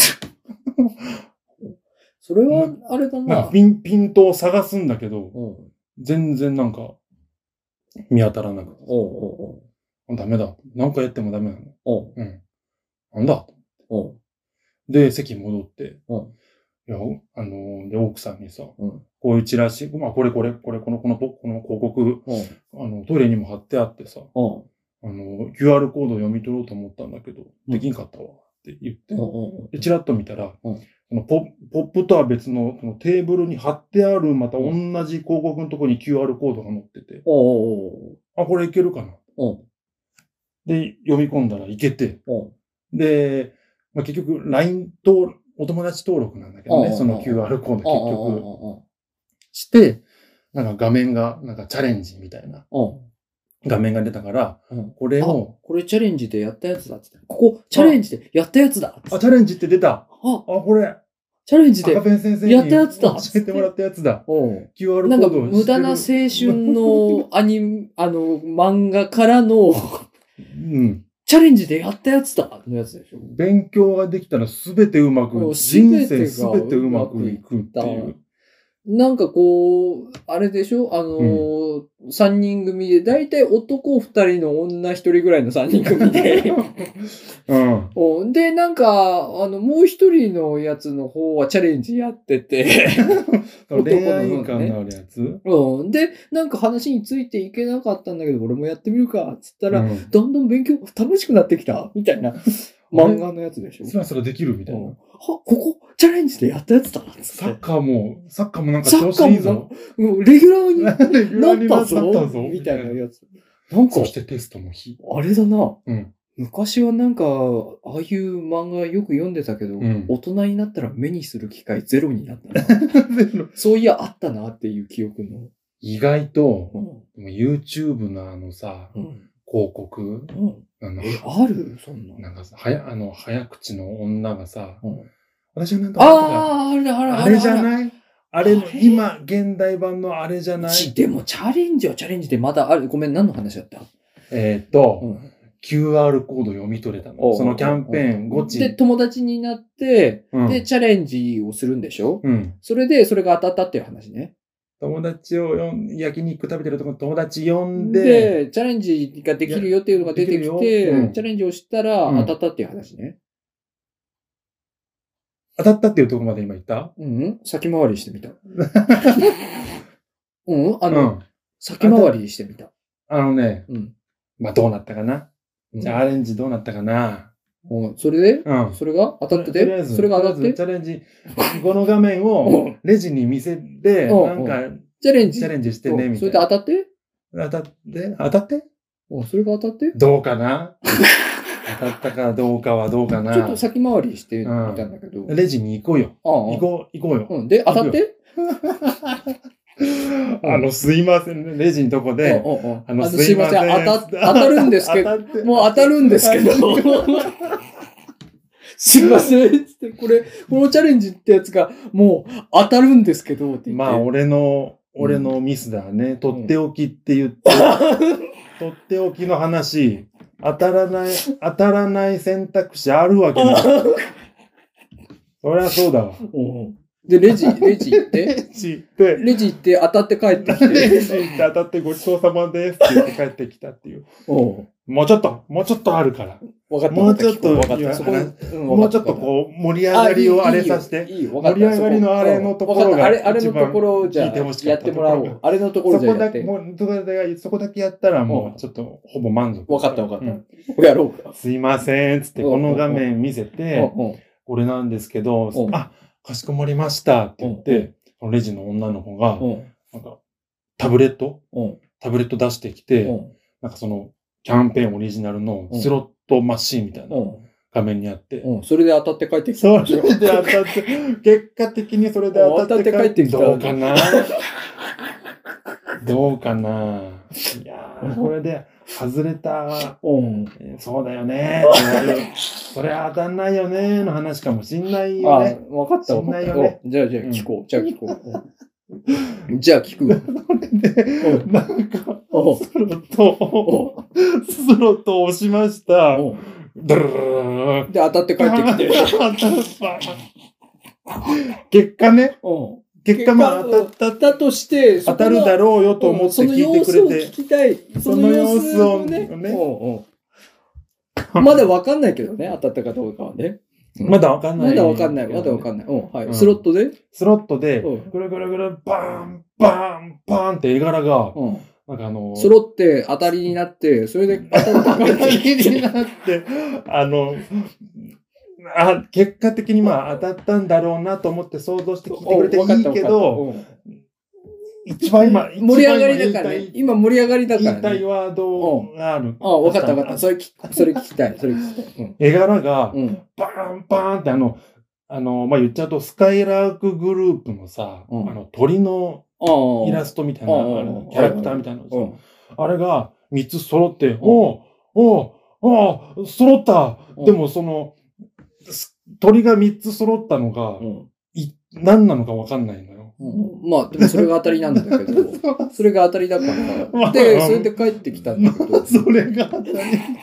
それは、あれだな。 ピントを探すんだけど、全然なんか、見当たらなくて。ダメだ。何回やってもダメなの。なんだで、席戻って、いや、で、奥さんにさ、こういうチラシ、まあ、この広告、トイレにも貼ってあってさ、QR コードを読み取ろうと思ったんだけど、できんかったわって言って、で、チラッと見たら、ポップとは別のテーブルに貼ってある、また同じ広告のところに QR コードが載ってて、あ、これいけるかな。で、読み込んだらいけて、で、まあ、結局、LINE とお友達登録なんだけどね、その QR コード結局して、なんか画面が、なんかチャレンジみたいな画面が出たから、これを。 これチャレンジでやったやつだって。ここ、チャレンジでやったやつだ。 あ、チャレンジって出た。これ。 チャレンジでやったやつだ。 教えてもらったやつだ。QR コード。 なんか無駄な青春の漫画からの、チャレンジでやったやつだのやつでしょ。 勉強ができたらすべてうまく、人生すべてうまくいくっていう。 なんかこう、あれでしょ3人組で、だいたい男2人の女1人ぐらいの3人組で。で、なんか、もう一人のやつの方はチャレンジやってて。 恋愛感のあるやつで、なんか話についていけなかったんだけど、俺もやってみるか、つったら、どんどん勉強楽しくなってきた、みたいな漫画のやつでしょ。 それできるみたいな。 ここ、チャレンジでやったやつだ。 サッカーもなんか調子いいぞ。 レギュラーになったぞ。みたいなやつ。なんか、 そしてテストもあれだな。昔はなんか、ああいう漫画よく読んでたけど、大人になったら目にする機会ゼロになったな。そういや、あったなっていう記憶の。 意外と、YouTube の広告、 あるそんな。 なんかさ、早口の女がさ、私はなんあれじゃない今、現代版のあれじゃないでも、チャレンジはチャレンジでまだある。ごめん、何の話だった QR コード読み取れたの。そのキャンペーン5チ。 で、友達になって、で、チャレンジをするんでしょそれで、それが当たったっていう話ね。 友達を焼肉食べてるところ友達呼んで、 チャレンジができるよっていうのが出てきて、チャレンジをしたら当たったっていう話ね。 当たったっていうところまで今言った？ 先回りしてみた。先回りしてみた。 まあどうなったかな。じゃあアレンジどうなったかな。 それでそれが当たっててそれが当たってチャレンジ、この画面をレジに見せて、なんか、 チャレンジしてね、みたいな。 それで当たって当たってそれが当たってどうかな当たったかどうかはどうかな。 ちょっと先回りしてみたんだけど。 レジに行こうよ。行こうよ。 で、当たってすいませんね。レジのとこで。 すいません。当たるんですけど。もう当たるんですけど。すいません。つって、このチャレンジってやつが、もう当たるんですけど。って言ってまあ、俺のミスだね。とっておきって言って。とっておきの話。当たらない選択肢あるわけない。そりゃそうだわ。 で、レジ行って、レジ行って当たって帰ってきて。 レジ行って当たってごちそうさまですって言って帰ってきたっていう。もうちょっとあるから。 分かった。 もうちょっと、もうちょっとこう、盛り上がりをあれさせて。盛り上がりのあれのところが。 あれのところじゃやってもらおう。あれのところじゃやって。 そこだけやったらもうちょっとほぼ満足。 分かった。やろうか。 すいません、つってこの画面見せて、これなんですけど、かしこまりましたって言って、レジの女の子が、なんか、タブレット出してきて、なんかその、キャンペーンオリジナルのスロットマシーンみたいな画面にあって、 それで当たって帰ってきた。 それで当たって、結果的にそれで当たって帰ってきた。どうかなどうかないやー、これで外れた。そうだよね。それ当たんないよねの話かもしんないよね。 分かった。 しんないよね。 じゃあ聞こう。 じゃあ聞くわ。 で、なんか、スロットを押しました。ドゥルルルルで、当たって帰ってきて。 結果ね。結果まあ当たったとして、 当たるだろうよと思って聞いてくれて。 その様子を聞きたい。 その様子をね。 まだわかんないけどね、当たったかどうかはね。 まだわかんない。 まだわかんない。はい。スロットでスロットで、ぐるぐるぐる、バーン、バーン、バーンって絵柄が、なんかスロって当たりになって、それで当たりになって、結果的にまあ当たったんだろうなと思って想像して聞いてくれていいけど、一番今、 盛り上がりだからね。今盛り上がりだからね。 言いたいワードがある。 わかった。それ聞きたい。 絵柄が、バーンバーンってまあ、言っちゃうと、スカイラークグループのさ、鳥のイラストみたいな、キャラクターみたいなのさ、あれが3つ揃って、揃った。でも鳥が3つ揃ったのが、何なのかわかんないのよ。 まあ、でもそれが当たりなんだけど、それが当たりだから。で、それで帰ってきたんだけど。 それが当たり。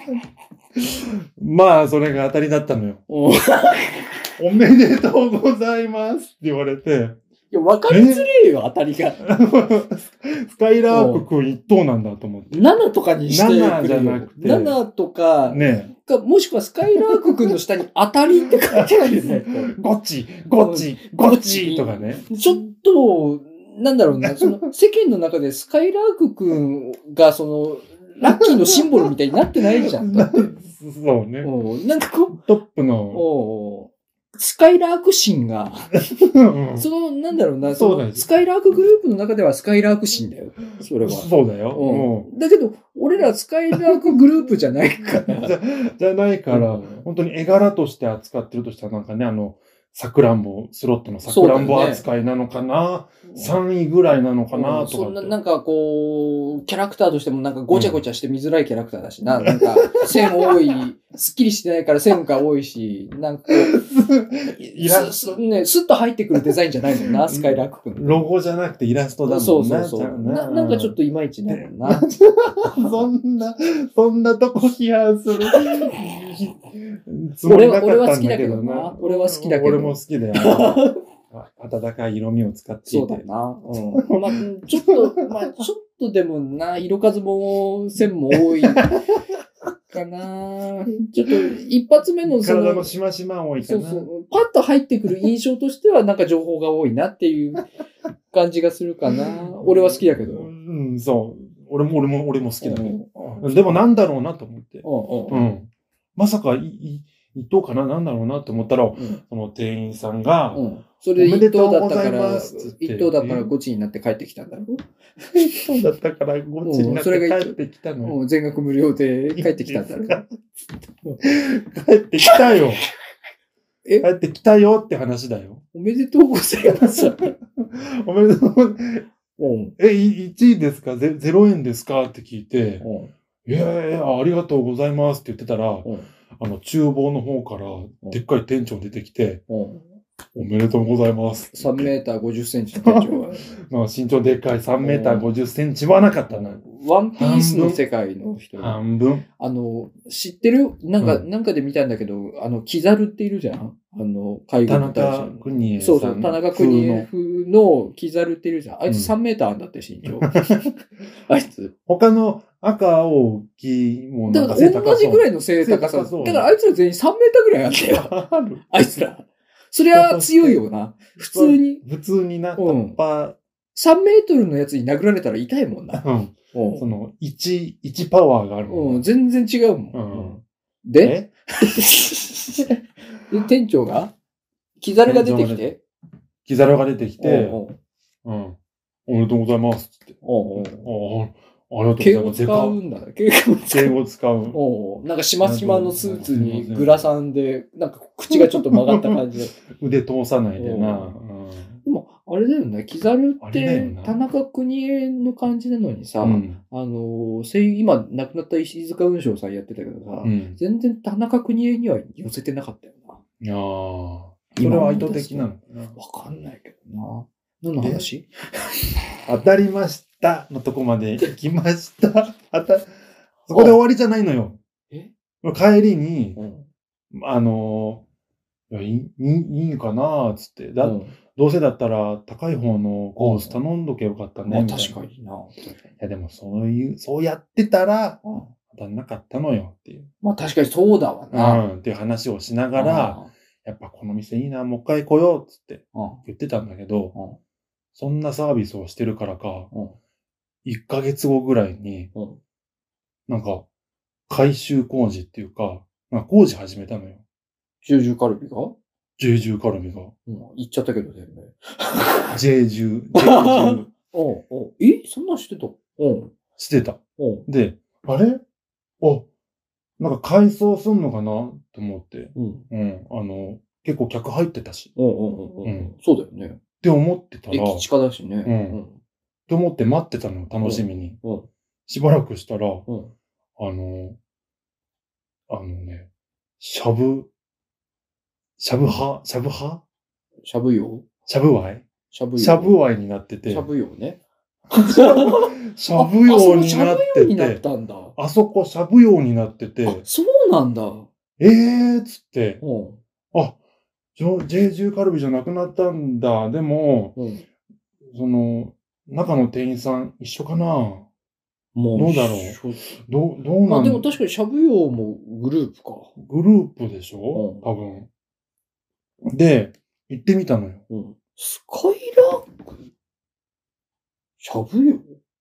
まあ、それが当たりだったのよ。おめでとうございますって言われて。 いや、わかりづれえよ、当たりが。 スカイラークくん一等なんだと思って。 7とかにしてくれよ。7 じゃなくて。 7とか、 ねもしくはスカイラークくんの下に当たりって書いてあるよね。 ゴッチとかね。 ちょっと、なんだろうな、世間の中でスカイラークくんがラッキーのシンボルみたいになってないじゃん。 そうね。 なんかトップの。 スカイラーク神が、なんだろうな、スカイラークグループの中ではスカイラーク神だよ。それは。 そうだよ。 だけど、俺らスカイラークグループじゃないから。 じゃないから、本当に絵柄として扱ってるとしたらなんかね、スロットのサクランボ扱いなのかな、3位ぐらいなのかなとか。 そんな、なんかキャラクターとしてもなんかごちゃごちゃして見づらいキャラクターだしな。なんか、線多い、すっきりしてないから線が多いし、なんかイラストね、スッと入ってくるデザインじゃないもんな、スカイラークくん。 ロゴじゃなくてイラストだもんな。 そう。なんかちょっといまいちだもんな。 そんなとこ批判する。 俺は好きだけどな。俺は好きだけど。 俺も好きだよ。暖かい色味を使っていて。 そうだな。ちょっとでもな、色数も線も多いかな。ちょっと一発目の体のしましま多いかな。 そう。パッと入ってくる印象としてはなんか情報が多いなっていう感じがするかな。俺は好きだけど。 そう。俺も好きだけど。でもなんだろうなと思って。まさか一等かななんだろうなって思ったら、その店員さんが、 それで一等だったからゴチになって帰ってきたんだろ一等だったからゴチになって帰ってきたの。 全額無料で帰ってきたんだろ帰ってきたよ。帰ってきたよって話だよ。 おめでとうございます。 おめでとう。1位ですか ?0 円ですかって聞いて、ありがとうございますって言ってたら、厨房の方からでっかい店長出てきて、おめでとうございます。 3メーター50センチの店長は。 まあ身長でっかい3メーター50センチはなかったな。 ワンピースの世界の人。 半分。 知ってるなんかで見たんだけど、キザルっているじゃん海軍の大臣。そう、田中邦衛風のキザルっているじゃん。あいつ3メーターあんだって身長。あいつ。 他の赤、青、黄もなんか同じぐらいの背高さ。だからあいつら全員3メーターぐらいあんだよ。あいつら。そりゃ強いよな。普通にな。3メートルのやつに殴られたら痛いもんな。 1パワーがあるもん。 全然違うもん。で店長がキザルが出てきておめでとうございますって。ありがとうございます。 敬語使うんだ。 敬語使う。 なんかしましまのスーツにグラサンで、なんか口がちょっと曲がった感じで。 腕通さないでな。 でも、あれだよね。キザルって、田中邦衛の感じなのにさ、今亡くなった石塚雲章さんやってたけどさ、全然田中邦衛には寄せてなかったよな。 それは意図的なのかな。 わかんないけどな。 何の話？ 当たりましたのとこまで行きました。そこで終わりじゃないのよ。帰りに、いいかなつって。どうせだったら高い方のコース頼んどけよかったね。 確かにな。いやでもそうやってたら、当たんなかったのよっていう。 確かにそうだわな。 っていう話をしながら、やっぱこの店いいな、もう一回来ようっつって言ってたんだけど、そんなサービスをしてるからか、1ヶ月後ぐらいに、なんか、改修工事っていうか、工事始めたのよ。 ジェージュカルビが言っちゃったけどね。 ジェージュ。 そんなんしてた？ してた。で、あれなんか改装すんのかなと思って。結構客入ってたし。 そうだよね。 って思ってたら。 駅近だしね。 って思って待ってたの、楽しみに。しばらくしたら、しゃぶわいになってて。 しゃぶよね。 しゃぶようになってて。あそこしゃぶようになってて。 そうなんだ。 つって。ジェージュカルビじゃなくなったんだ。でも、中の店員さん一緒かな？どうだろう？どうなんだ？ でも確かにしゃぶようもグループか。 グループでしょ？多分。で、行ってみたのよ。 スカイラーク？しゃぶよ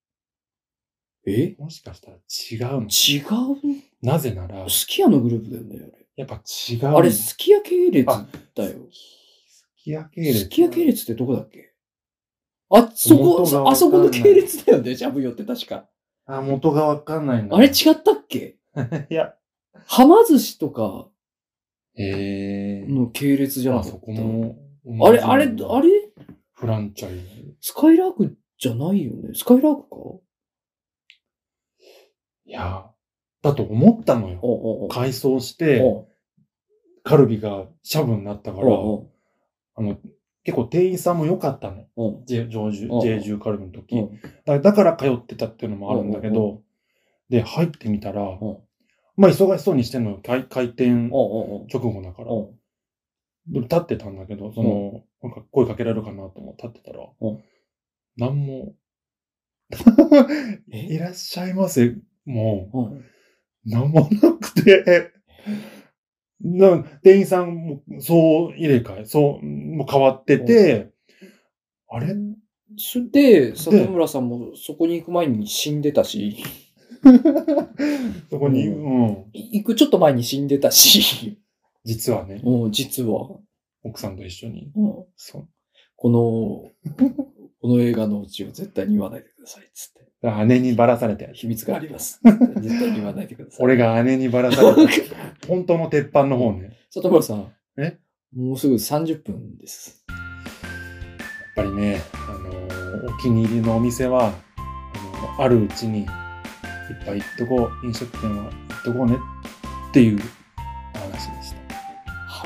う？ もしかしたら違うの？ 違う？ なぜなら。 すき家のグループだよね、あれ。 やっぱ違う。 あれ、すき家系列だよ。 すき家系列。 すき家系列ってどこだっけ？あそこの系列だよね、しゃぶよって確か。 元がわかんないんだ。 あれ違ったっけ？ いや。 はま寿司とかの系列じゃなかった。 そこも。 あれフランチャイズ。 スカイラークじゃないよね。スカイラークか？ いや、だと思ったのよ。改装して、カルビがシャブになったから、結構店員さんも良かったの。J10 カルビの時。だから通ってたっていうのもあるんだけど、で、入ってみたら、忙しそうにしてんのよ。開店直後だから。で、立ってたんだけど、なんか声かけられるかなと思って立ってたら、なんも、いらっしゃいませ。もう、なんもなくて、店員さんも、もう変わってて、あれで、里村さんもそこに行く前に死んでたし、 そこに、 行くちょっと前に死んでたし、 実はね。 実は。 奥さんと一緒に。 この映画のうちを絶対に言わないでください、つって。 姉にばらされて。 秘密があります。絶対に言わないでください。 俺が姉にばらされて。本当の鉄板の方ね。 里村さん。もうすぐ30分です。 やっぱりね、お気に入りのお店は、あるうちに、いっぱい行っとこう、飲食店は行っとこうねっていうお話でした。 はい。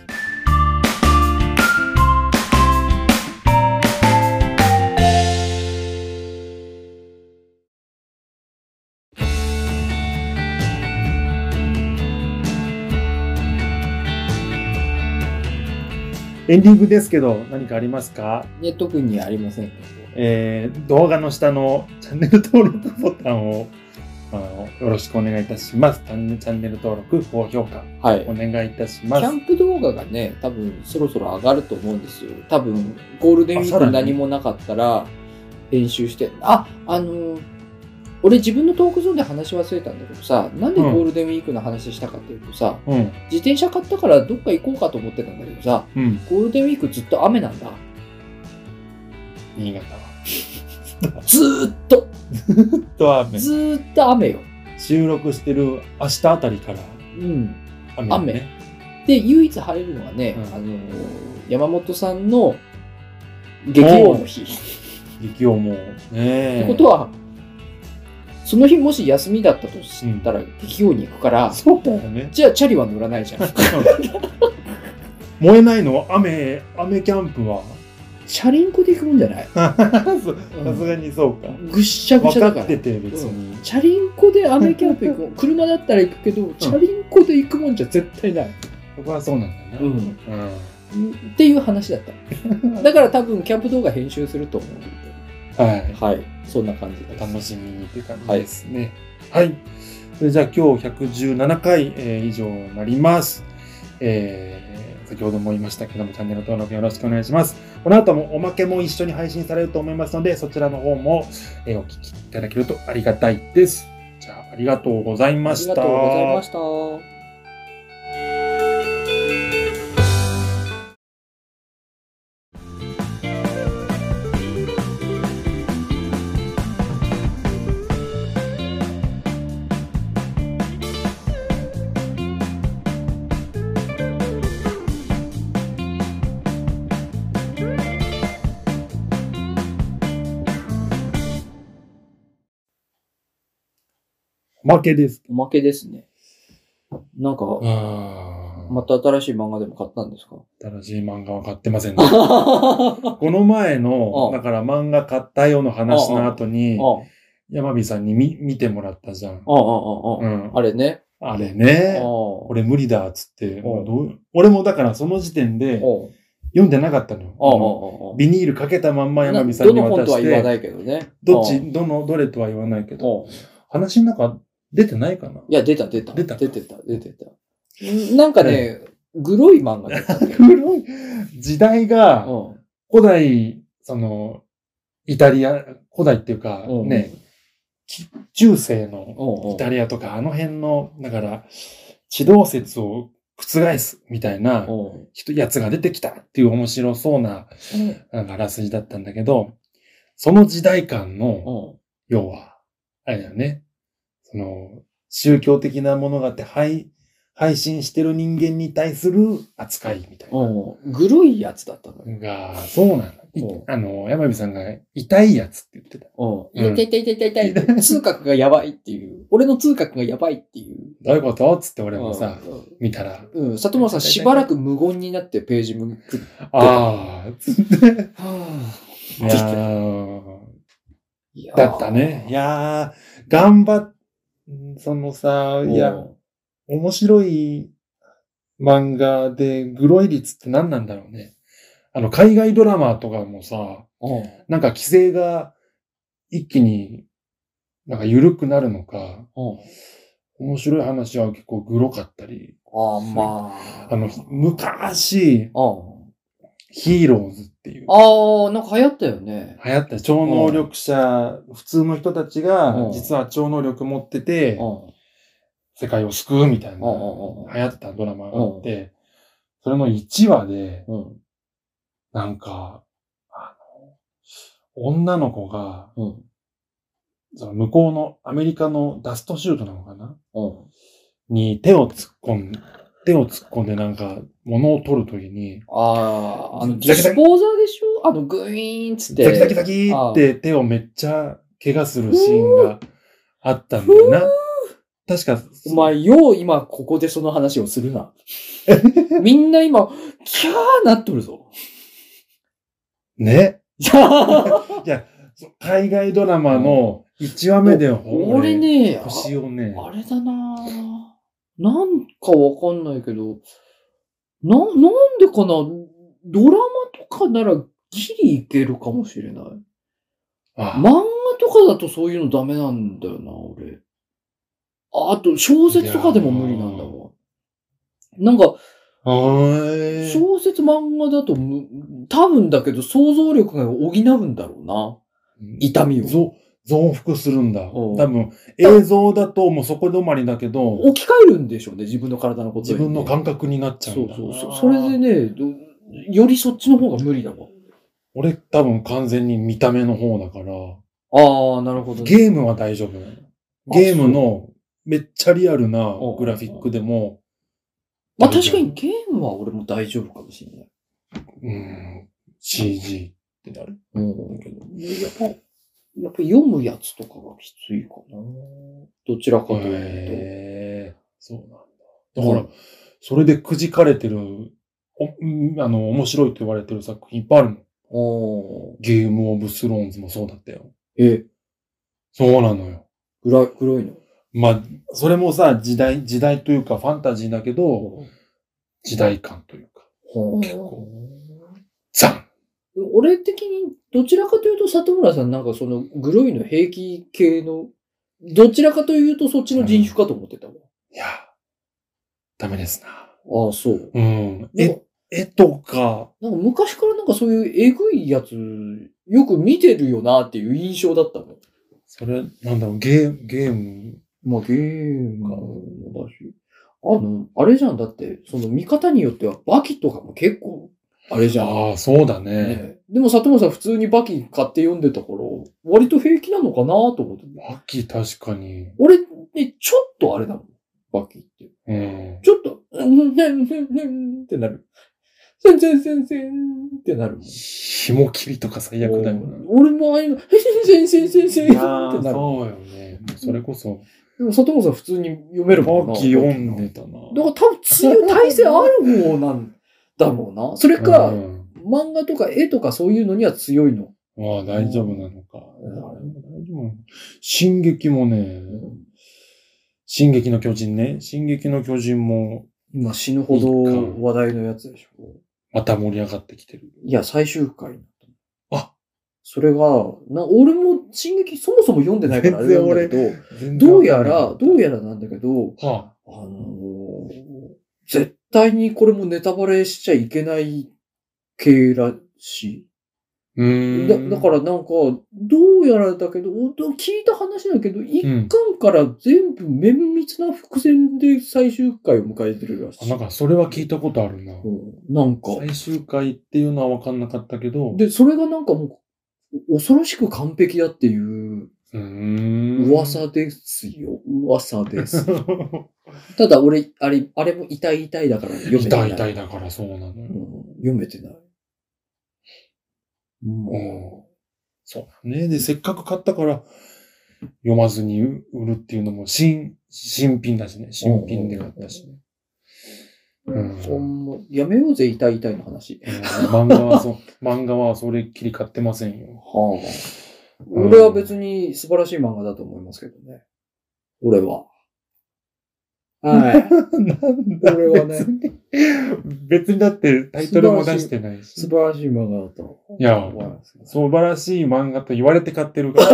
エンディングですけど、何かありますか？ 特にありません。 動画の下のチャンネル登録ボタンをよろしくお願いいたします。チャンネル登録、高評価、お願いいたします。 キャンプ動画がね、多分そろそろ上がると思うんですよ。多分、ゴールデンウィーク何もなかったら、編集して、俺自分のトークゾーンで話し忘れたんだけどさ、なんでゴールデンウィークの話したかっていうとさ、自転車買ったからどっか行こうかと思ってたんだけどさ、ゴールデンウィークずっと雨なんだ。 新潟は。 ずーっと雨。 ずーっと雨よ。 収録してる明日あたりから雨、ね。 で、唯一晴れるのはね、山本さんの激王の日。 激王もね。 ってことは、その日もし休みだったとしたら、激王に行くから、 そうだよね。 じゃあチャリは乗らないじゃん。 燃えないの雨キャンプはチャリンコで行くもんじゃない。 さすがにそうか。 ぐっしゃぐしゃだから。 分かってて別に。 チャリンコで雨キャンプ行く。車だったら行くけど、チャリンコで行くもんじゃ絶対ない。 そこはそうなんだね。 っていう話だった。だから多分キャンプ動画編集すると思うんで。はい。はい。そんな感じです。 楽しみにって感じですね。はい。それじゃあ今日117回、以上になります。先ほども言いましたけども、チャンネル登録よろしくお願いします。この後もおまけも一緒に配信されると思いますので、そちらの方も、お聞きいただけるとありがたいです。じゃあ、ありがとうございました。ありがとうございました。おまけです。おまけですね。なんか、また新しい漫画でも買ったんですか？新しい漫画は買ってませんね。この前の、だから漫画買ったよの話の後に、山火さんに見てもらったじゃん。あれね。あれね。俺無理だっつって。俺もだからその時点で、読んでなかったのよ。ビニールかけたまんま山火さんに渡して。どの本とは言わないけどね。どれとは言わないけど。話の中、出てないかな？いや、出てた。なんかね、グロい漫画だった。グロい。時代が、古代、イタリア、古代っていうか、ね、中世のイタリアとか、あの辺の、だから、地動説を覆すみたいなやつが出てきたっていう面白そうな、なんかあらすじだったんだけど、その時代感の、要は、あれだよね。宗教的なものがあって、配信してる人間に対する扱いみたいな。グロいやつだったのが、そうなの。山火さんが痛いやつって言ってた。痛い。痛覚がやばいっていう。俺の痛覚がやばいっていう。どういうことつって俺もさ、見たら。里村さんしばらく無言になってページめくって。つって。いやだったね。いやー、頑張っ面白い漫画でグロい率って何なんだろうね。海外ドラマとかもさ、なんか規制が一気になんか緩くなるのか、面白い話は結構グロかったり。昔、ヒーローズっていう。なんか流行ったよね。流行った。超能力者、普通の人たちが、実は超能力持ってて、世界を救うみたいな、流行ったドラマがあって、それの1話で、なんか、女の子が、その向こうのアメリカのダストシュートなのかなに手を突っ込んでなんか、物を取るときに、ディスポーザーでしょグイーンつって。ザキザキって手をめっちゃ怪我するシーンがあったんだよな。確か。お前、今ここでその話をするな。みんな今、キャーなっとるぞ。ね。いや、海外ドラマの1話目で俺ね、星をね。あれだななんかわかんないけど、なんでかなドラマとかならギリいけるかもしれない。漫画とかだとそういうのダメなんだよな、俺。あと、小説とかでも無理なんだわ。なんか、小説漫画だと多分だけど想像力が補うんだろうな。痛みを。増幅するんだ。多分、映像だともうそこ止まりだけど。置き換えるんでしょうね、自分の体のこと自分の感覚になっちゃうんだ。そう。それでね、よりそっちの方が無理だわ。俺多分完全に見た目の方だから。なるほど、ね。ゲームは大丈夫。ゲームのめっちゃリアルなグラフィックでも。確かにゲームは俺も大丈夫かもしれない。CG ってなる。やっぱ読むやつとかがきついかな。どちらかというと。そうなんだ。だから、それでくじかれてる、面白いと言われてる作品いっぱいあるの。 ゲームオブスローンズもそうだったよ。そうなのよ。 黒いの。 まあ、それもさ、時代というかファンタジーだけど、時代感というか。結構。ザン俺的に、どちらかというと、里村さんなんかその、グロいの平気系の、どちらかというとそっちの人種かと思ってたわ。 いや、ダメですな。 ああ、そう。 絵とか。 なんか昔からなんかそういうえぐいやつ、よく見てるよなっていう印象だったの。 それ、なんだろう、ゲーム。 まあゲームだし。あれじゃん。だって、その見方によってはバキとかも結構、あれじゃん。 ああ、そうだね。 でも里村さん普通にバキ買って読んでたから、割と平気なのかなと思って。 バキ確かに。 俺、ね、ちょっとあれだもん。バキって。ちょっと、ってなる。せんってなるもん。 紐切りとか最悪だよな。 俺もああいうの、せんってなる。 そうよね。それこそ。 でも里村さん普通に読めるもんな。 バキ読んでたな。だから多分強い体勢ある方なんだろうな。それか、漫画とか絵とかそういうのには強いの。 ああ、大丈夫なのか。大丈夫。進撃もね、進撃の巨人ね。進撃の巨人も。 今死ぬほど話題のやつでしょ。 また盛り上がってきてる。 いや、最終回になった。 あ、 それが、俺も進撃そもそも読んでないからあれなんだけど、どうやらなんだけど、絶対にこれもネタバレしちゃいけない系らしい。だからなんか、どうやらだけど、聞いた話だけど、一巻から全部綿密な伏線で最終回を迎えてるらしい。 なんかそれは聞いたことあるな。 なんか。 最終回っていうのは分かんなかったけど。 で、それがなんかもう、恐ろしく完璧だっていう、噂ですよ。噂です。ただ俺、あれも痛いだから読めてない。 痛いだからそうなのよ。 読めてない。 そうね。で、せっかく買ったから、読まずに売るっていうのも新品だしね。新品で買ったしね。 やめようぜ、痛いの話。 漫画はそれっきり買ってませんよ。 俺は別に素晴らしい漫画だと思いますけどね。俺は。はい。俺はね。 別にだってタイトルも出してないし。 素晴らしい漫画だと。 いや、素晴らしい漫画と言われて買ってるから。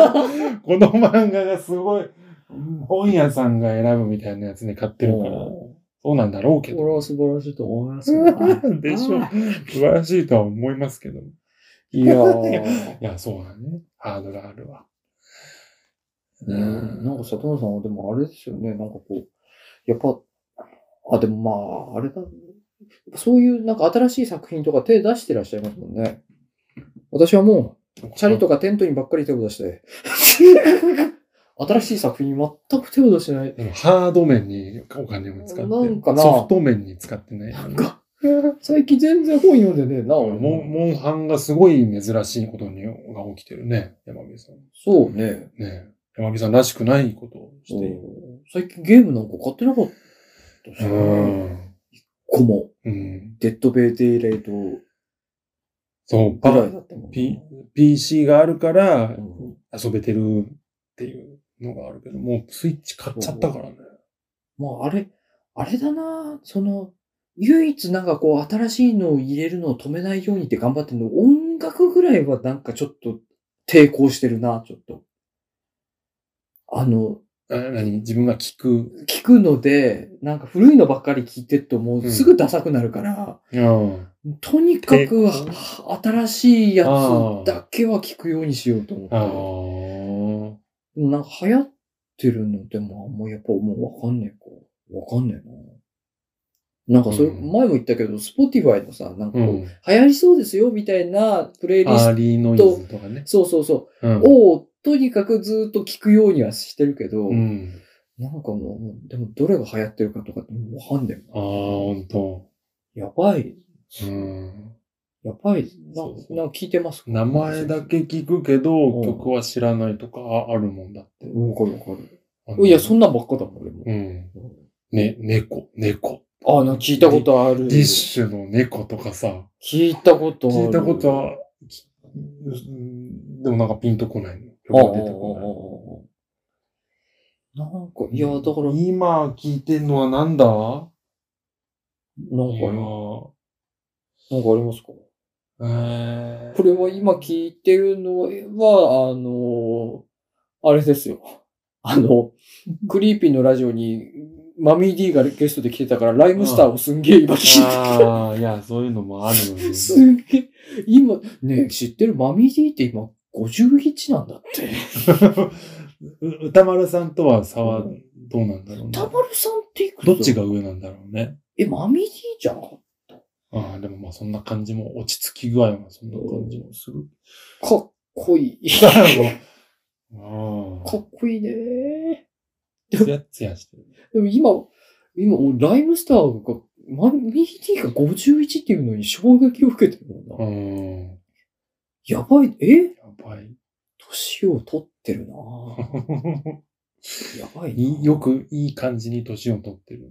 この漫画がすごい、本屋さんが選ぶみたいなやつで買ってるから。そうなんだろうけど。 俺は素晴らしいと思いますよ。 でしょ。素晴らしいとは思いますけど。 いや、 そうだね。ハードがあるわ。 なんか里村さんはでもあれですよね。なんかこう、やっぱ、でもまあ、あれだ。そういうなんか新しい作品とか手出してらっしゃいますもんね。私はもう、チャリとかテントにばっかり手を出して、新しい作品に全く手を出してない。 でもハード面にお金を使って、 なんかなソフト面に使ってない。 なんか、最近全然本読んでねえな。 モンハンがすごい珍しいことが起きてるね、山火さん。 そうね。 山火さんらしくないことをしている。 最近ゲームなんか買ってなかったしね。一個も。デッドベイデイレイト。 そう、 ぐらいだったもん。 PC があるから遊べてるっていうのがあるけど、もうスイッチ買っちゃったからね。 もうあれだな、唯一なんかこう新しいのを入れるのを止めないようにって頑張ってるの、音楽ぐらいはなんかちょっと抵抗してるな、ちょっと。 自分が聞くので、なんか古いのばっかり聞いてるともうすぐダサくなるから、とにかく新しいやつだけは聞くようにしようと思って。でもなんか流行ってるのでもあんまやっぱもうわかんねえな。なんかそれ、前も言ったけど、Spotify のさ、なんかこう、流行りそうですよみたいなプレイリスト。 アーリーノイズとかね。 を、とにかくずっと聞くようにはしてるけど、なんかもう、でもどれが流行ってるかとかってもうわかんねえもん。ほんと。 やばい。やばい。なんか聞いてますか？ 名前だけ聞くけど、曲は知らないとかあるもんだって。 わかる。いや、そんなんばっかだもん、俺も。 猫。 なんか聞いたことある。 ディッシュの猫とかさ。 聞いたことある。 聞いたことでもなんかピンとこないの。曲が出てこない。なんか、いや、だから。 今聞いてんのはなんだ？ なんかありますか？これは今聞いてるのは、あれですよ。クリーピーのラジオに、マミー D がゲストで来てたから、ライムスターをすんげえ今聞いてああ、いや、そういうのもあるよね。 すんげえ。今、ね知ってるマミー D って今51なんだって。 歌丸さんとは差はどうなんだろうね。 歌丸さんっていくつ？ どっちが上なんだろうね。 マミー D じゃなかった？ ああ、でもまあそんな感じも、落ち着き具合はそんな感じもする。 かっこいい。 かっこいいね。 つやつやしてる。 でも今、ライムスターが、マミー D が51っていうのに衝撃を受けてるもんな。やばい、 やばい。 年を取ってるなやばいな。 よくいい感じに年を取ってる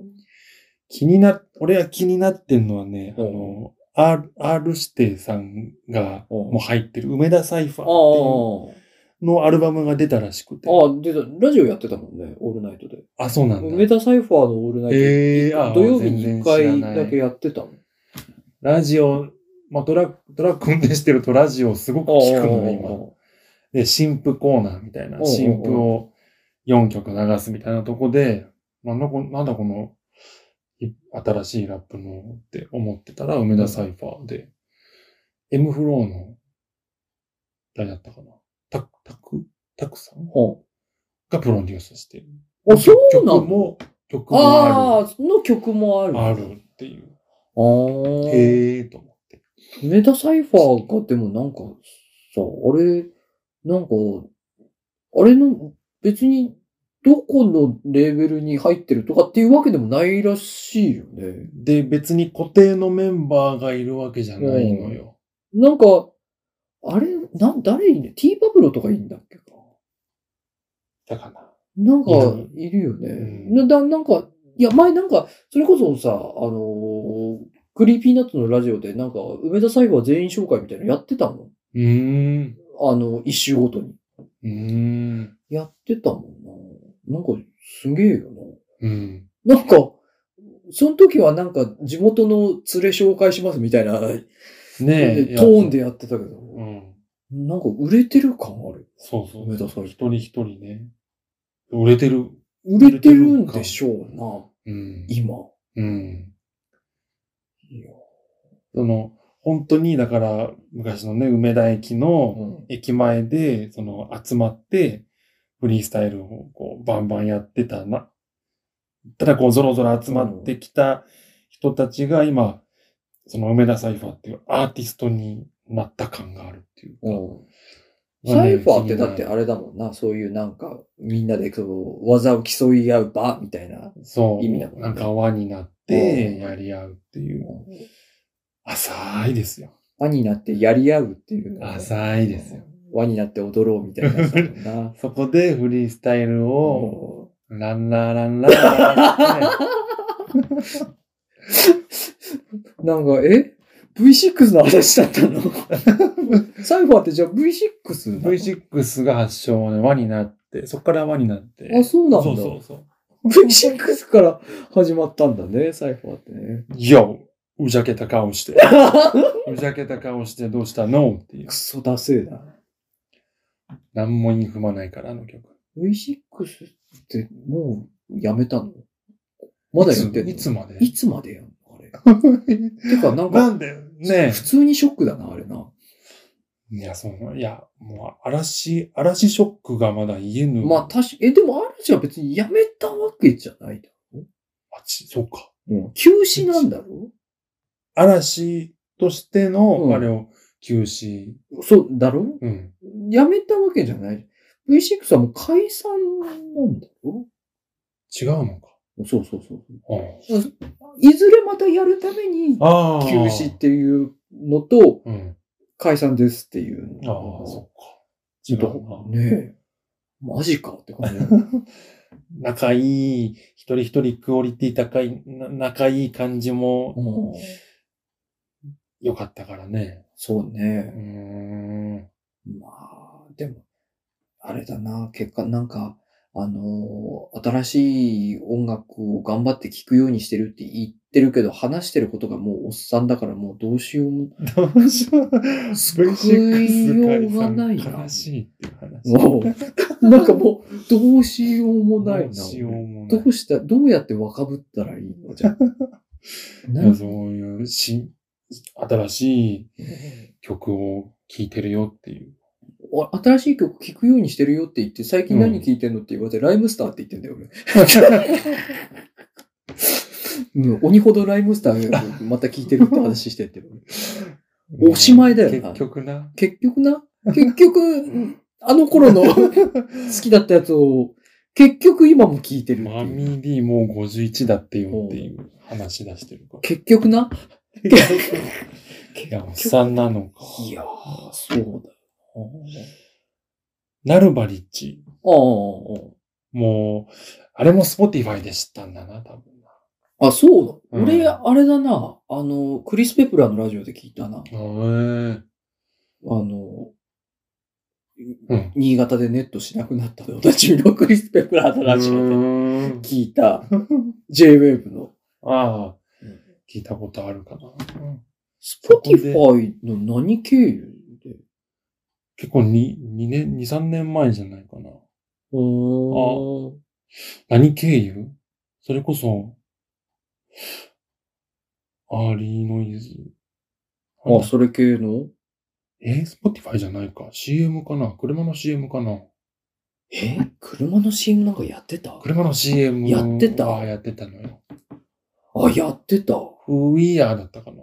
俺は気になってんのはね、R 指定さんがもう入ってる梅田サイファーっていうのアルバムが出たらしくて。 出た。ラジオやってたもんね、オールナイトで。 そうなんだ。 梅田サイファーのオールナイト、土曜日に1回だけやってたもん。 ラジオ、トラック運転してるとラジオすごく聞くのね、今。で、新譜コーナーみたいな、新譜を4曲流すみたいなとこで、なんだこの新しいラップのって思ってたら、梅田サイファーで、M フローの、誰だったかな？タクさんがプロデュースしてる。 そうなの？ 曲もある。 の曲もある。 あるっていう。 へえと思って。 梅田サイファーがでもなんか、さ、あれの、別に、どこのレーベルに入ってるとかっていうわけでもないらしいよね。 で、別に固定のメンバーがいるわけじゃないのよ。 なんか、あれ、誰いいね ?T パブロとかいいんだっけか。 だかな。 なんか、いるよね。なんか、いや、前なんか、それこそさ、クリーピーナッツのラジオで、なんか、梅田サイファー全員紹介みたいなのやってたの。一周ごとに。やってたもんな。なんか、すげえよな。なんか、その時はなんか、地元の連れ紹介しますみたいな、ねえ、トーンでやってたけど、なんか、売れてる感ある。 そうそう。 梅田サイファー。 一人一人ね。売れてるんでしょうな。今。 本当に、だから、昔のね、梅田駅の駅前で、集まって、フリースタイルをバンバンやってたな。ただ、ゾロゾロ集まってきた人たちが今、梅田サイファーっていうアーティストになった感があるっていうか。 サイファーってだってあれだもんな、そういうなんか、みんなで技を競い合う場みたいな意味だもんね。 なんか輪になってやり合うっていう。浅いですよ。 輪になってやり合うっていうの。 浅いですよ。 輪になって踊ろうみたいな。 そこでフリースタイルを、ランラーランラーなんか、V6 の話だったのサイファーってじゃあ V6？V6 が発祥ね、輪になって、そこから輪になって。 そうなんだ。 そう。 V6 から始まったんだね、サイファーってね。 うじゃけた顔して。うじゃけた顔してどうしたのっていう。 クソダセーな。 何も踏まないから、あの曲。 V6 ってもうやめたの？まだやってんの？ いつまでやんのあれ。てかなんでね普通にショックだな、あれな。 もう嵐ショックがまだ言えぬ。 でも嵐は別にやめたわけじゃないだろ？ そうか。 休止なんだろ？ 嵐としての、あれを休止。 そうだろ？やめたわけじゃない。V6 はもう解散なんだろ？ 違うのか。 そう。いずれまたやるために、休止っていうのと、解散ですっていう。 そっか。 違うな。ねえ。マジかって感じ。 仲いい、一人一人クオリティ高い、仲いい感じも、 良かったからね。 そうね。 まあ、でも、あれだな、結果なんか、新しい音楽を頑張って聴くようにしてるって言ってるけど、話してることがもうおっさんだからもうどうしようも。 どうしよう。 救いようがないな。 悲しいっていう話。 もう、なんかもう、どうしようもないな。 どうしようもない。 どうやって若ぶったらいいのじゃあ。 そういう新しい曲を聴いてるよっていう。 新しい曲聴くようにしてるよって言って、最近何聴いてんのって言われて、ライムスターって言ってんだよ、俺。鬼ほどライムスターまた聴いてるって話してって。おしまいだよな。結局、あの頃の好きだったやつを、結局今も聴いてる。 マミー D もう51だってよっていう話出してるから。 結局な。 いや、おっさんなのか。 いやー、そうだよ。 ナルバリッチ。 もう、あれも Spotify で知ったんだな、多分な。 あ、そうだ。俺、あれだな。クリス・ペプラーのラジオで聞いたな。新潟でネットしなくなったで、おなじみのクリス・ペプラーのラジオで聞いた J-Wave の。 ああ、聞いたことあるかな。 Spotify の何経由で結構2年、2、3年前じゃないかな。何経由？それこそ、アーリーノイズ。 それ系の Spotify じゃないか。CM かな？車の CM かな？ 車の CM なんかやってた？ 車の CM。 やってた？ やってたのよ。 やってた。 フィーアーだったかな。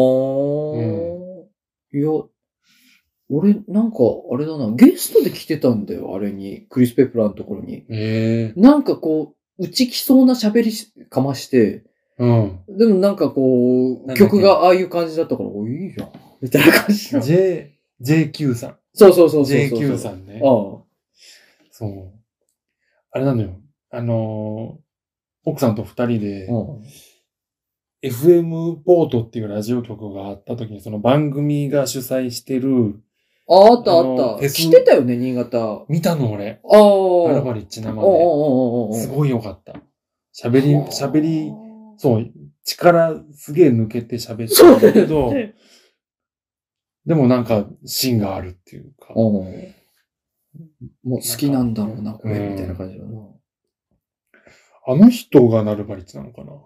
いや、俺、なんか、あれだな、ゲストで来てたんだよ、あれに。クリス・ペプラーのところに。なんかこう、打ちきそうな喋りかまして、でもなんかこう、曲がああいう感じだったから、いいじゃん。みたいな感じ。 JQ さん。 そう。 JQ さんね。そう。あれなのよ。奥さんと二人で、FM ポートっていうラジオ局があった時に、その番組が主催してる、 あった。来てたよね、新潟。 見たの俺。ナルバリッチ生で。すごいよかった。喋り、そう、力すげえ抜けて喋ってるんだけど、でもなんか芯があるっていうか。もう好きなんだろうな、これ、みたいな感じだな。 あの人がナルバリッチなのかな？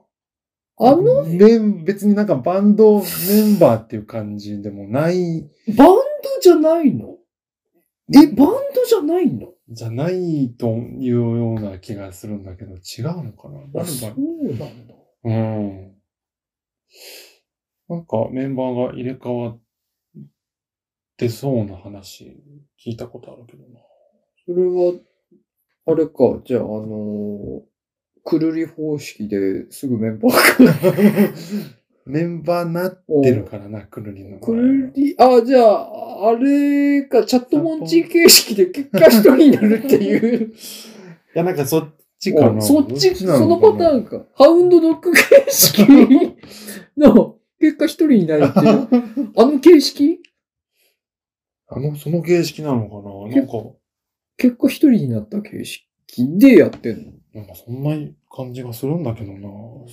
別になんかバンドメンバーっていう感じでもない。 バンドじゃないの？バンドじゃないの？ じゃないというような気がするんだけど、違うのかな？ そうなんだ。 なんかメンバーが入れ替わってそうな話聞いたことあるけどな。 それは、あれか、じゃあくるり方式ですぐメンバーがメンバーなってるからな、くるりの。 くるり、じゃあ、あれか、チャットモンチー形式で結果一人になるっていう。 いや、なんかそっちかな。 そのパターンか。ハウンドドッグ形式の結果一人になるっていう。あの形式？ その形式なのかな？なんか。 結果一人になった形式でやってんの？ なんかそんな感じがするんだけどな。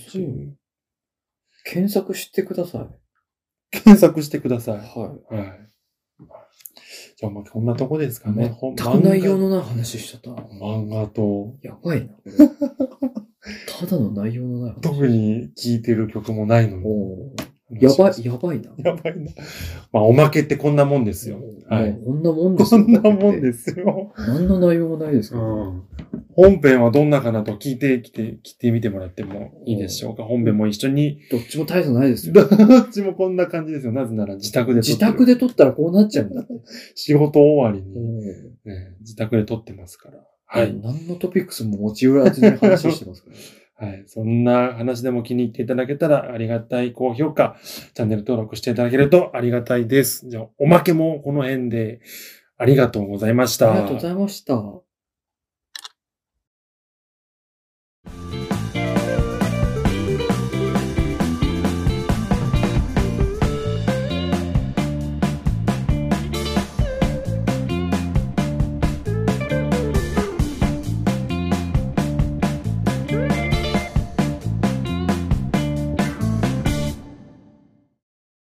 検索してください。 検索してください。 はい。 じゃあこんなとこですかね。 全く内容のない話しちゃった。 漫画と。 やばいな。ただの内容のない話。 特に聴いてる曲もないのに。 やばいな。 おまけってこんなもんですよ。 はい。こんなもんですよ。 こんなもんですよ。 何の内容もないですけど。 本編はどんなかなと聞いてみてもらってもいいでしょうか。本編も一緒に。 どっちも大差ないですよ。 どっちもこんな感じですよ。なぜなら自宅で撮ったらこうなっちゃうんだって。 仕事終わりに、自宅で撮ってますから。はい。 何のトピックスも持ち寄らずに話してますから。 はい。そんな話でも気に入っていただけたらありがたい高評価、チャンネル登録していただけるとありがたいです。じゃあ、おまけもこの辺でありがとうございました。 ありがとうございました。